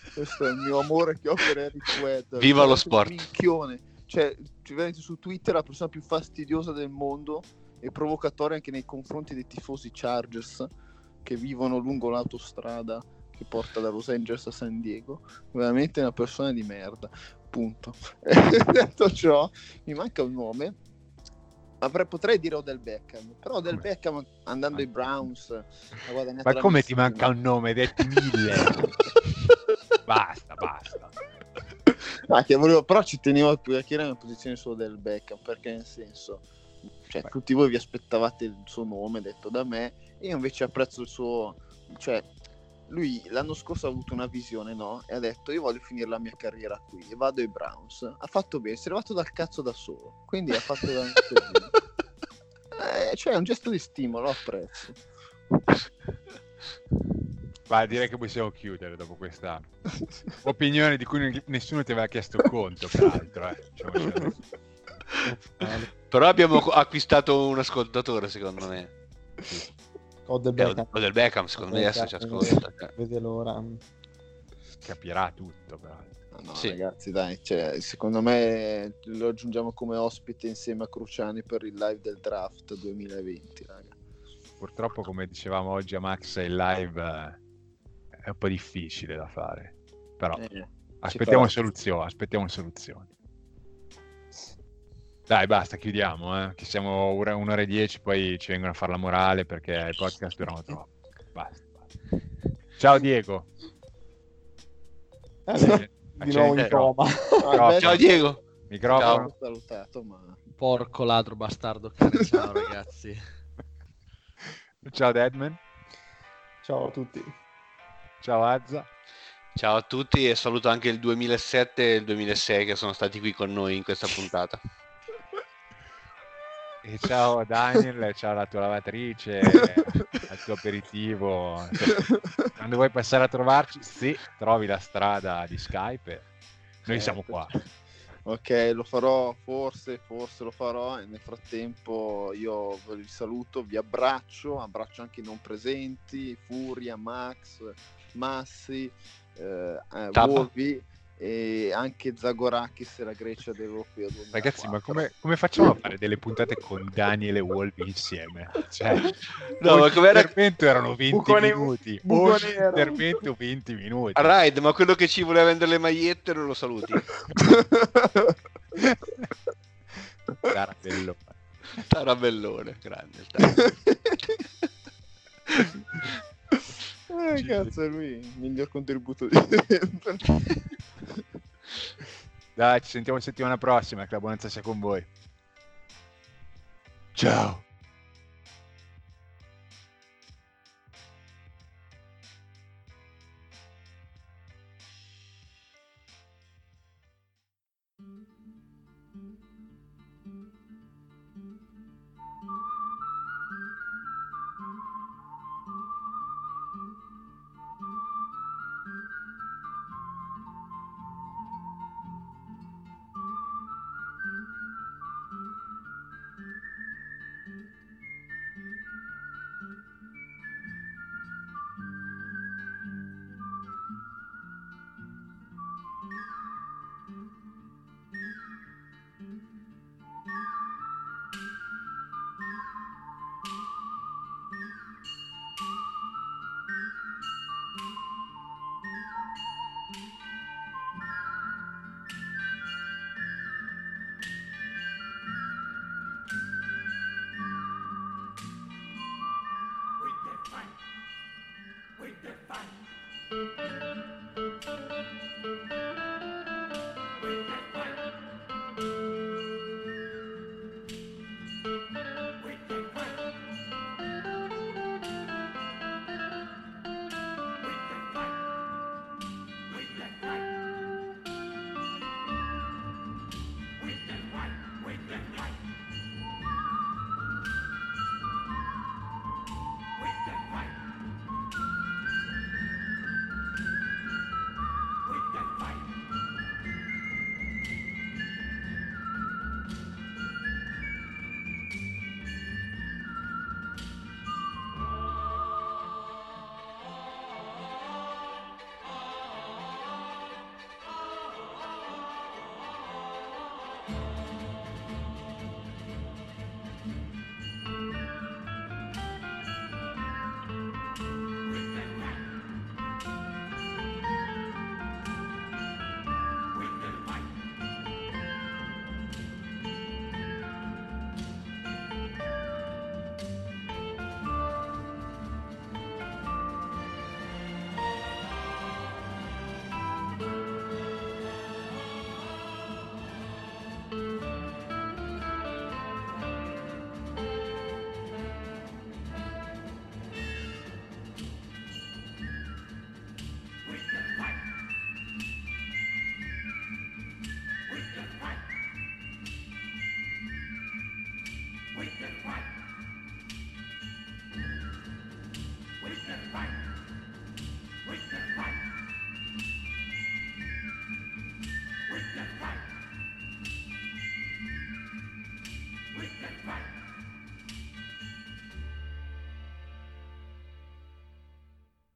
Questo è il mio amore che ho per Eric Weddle. Viva lo Veramente un sport. minchione. Cioè, veramente su Twitter la persona più fastidiosa del mondo e provocatoria anche nei confronti dei tifosi Chargers che vivono lungo l'autostrada che porta da Los Angeles a San Diego. Veramente una persona di merda. Punto. Detto ciò, mi manca un nome. Avrei, potrei dire Odell Beckham, però Odell Come? Beckham andando ai Browns ha guadagnato Ma la come ti missima. manca un nome? Detti mille. Basta, basta. Ah, che volevo, però ci tenevo a chiedere una posizione solo del Beckham, perché nel senso, cioè, Beh. tutti voi vi aspettavate il suo nome detto da me, e io invece apprezzo il suo, cioè, lui l'anno scorso ha avuto una visione, no? E ha detto io voglio finire la mia carriera qui e vado ai Browns. Ha fatto bene, si è levato dal cazzo da solo, quindi ha fatto veramente bene. Eh, cioè è un gesto di stimolo, lo apprezzo. Ma direi che possiamo chiudere dopo questa opinione di cui nessuno ti aveva chiesto conto, peraltro. Eh. Diciamo, Però abbiamo acquistato un ascoltatore, secondo me. Odell Eh, Beckham. Odell Beckham, secondo me adesso ci ascolta. cioè. Vede l'ora. capirà tutto, però. No, no, Sì. ragazzi, dai, cioè, secondo me lo aggiungiamo come ospite insieme a Cruciani per il live del draft duemilaventi, raga. Purtroppo, come dicevamo oggi a Max, il live eh, è un po' difficile da fare. Però Eh, aspettiamo ci farà. soluzioni, aspettiamo soluzioni. Dai, basta, chiudiamo, eh. Che siamo ora- un'ora e dieci, poi ci vengono a fare la morale perché i podcast durano troppo. Basta, basta. Ciao Diego. Eh, Sì, di nuovo in accende- coma. Ah, beh, Ciao Diego. Microfono. Ho salutato, ma Porco ladro bastardo cane, ciao ragazzi. Ciao Deadman. Ciao a tutti. Ciao Azza. Ciao a tutti e saluto anche il duemilasette e il duemilasei che sono stati qui con noi in questa puntata. E ciao Daniel, ciao alla tua lavatrice, al tuo aperitivo. Quando vuoi passare a trovarci, sì, trovi la strada di Skype, noi siamo qua. ok, lo farò, forse, forse lo farò e nel frattempo io vi saluto, vi abbraccio, abbraccio anche i non presenti, Furia, Max, Massi, eh, eh, Tabba. Wolvi e anche Zagorakis e la Grecia dell'Europeo duemilaquattro. Ragazzi, ma come, come facciamo a fare delle puntate con Daniel e Wolvi insieme? Cioè, No, ogni ma com'era- intervento erano venti Bucone- minuti, buco ogni nero. intervento venti minuti. Raid, ma quello che ci voleva vendere le magliette non lo saluti. Tarabello. Tarabellone, grande. il Tara. Eh, cazzo, è lui il miglior contributo di sempre. Dai, ci sentiamo settimana prossima, che la buonanza sia con voi. Ciao. We can fight.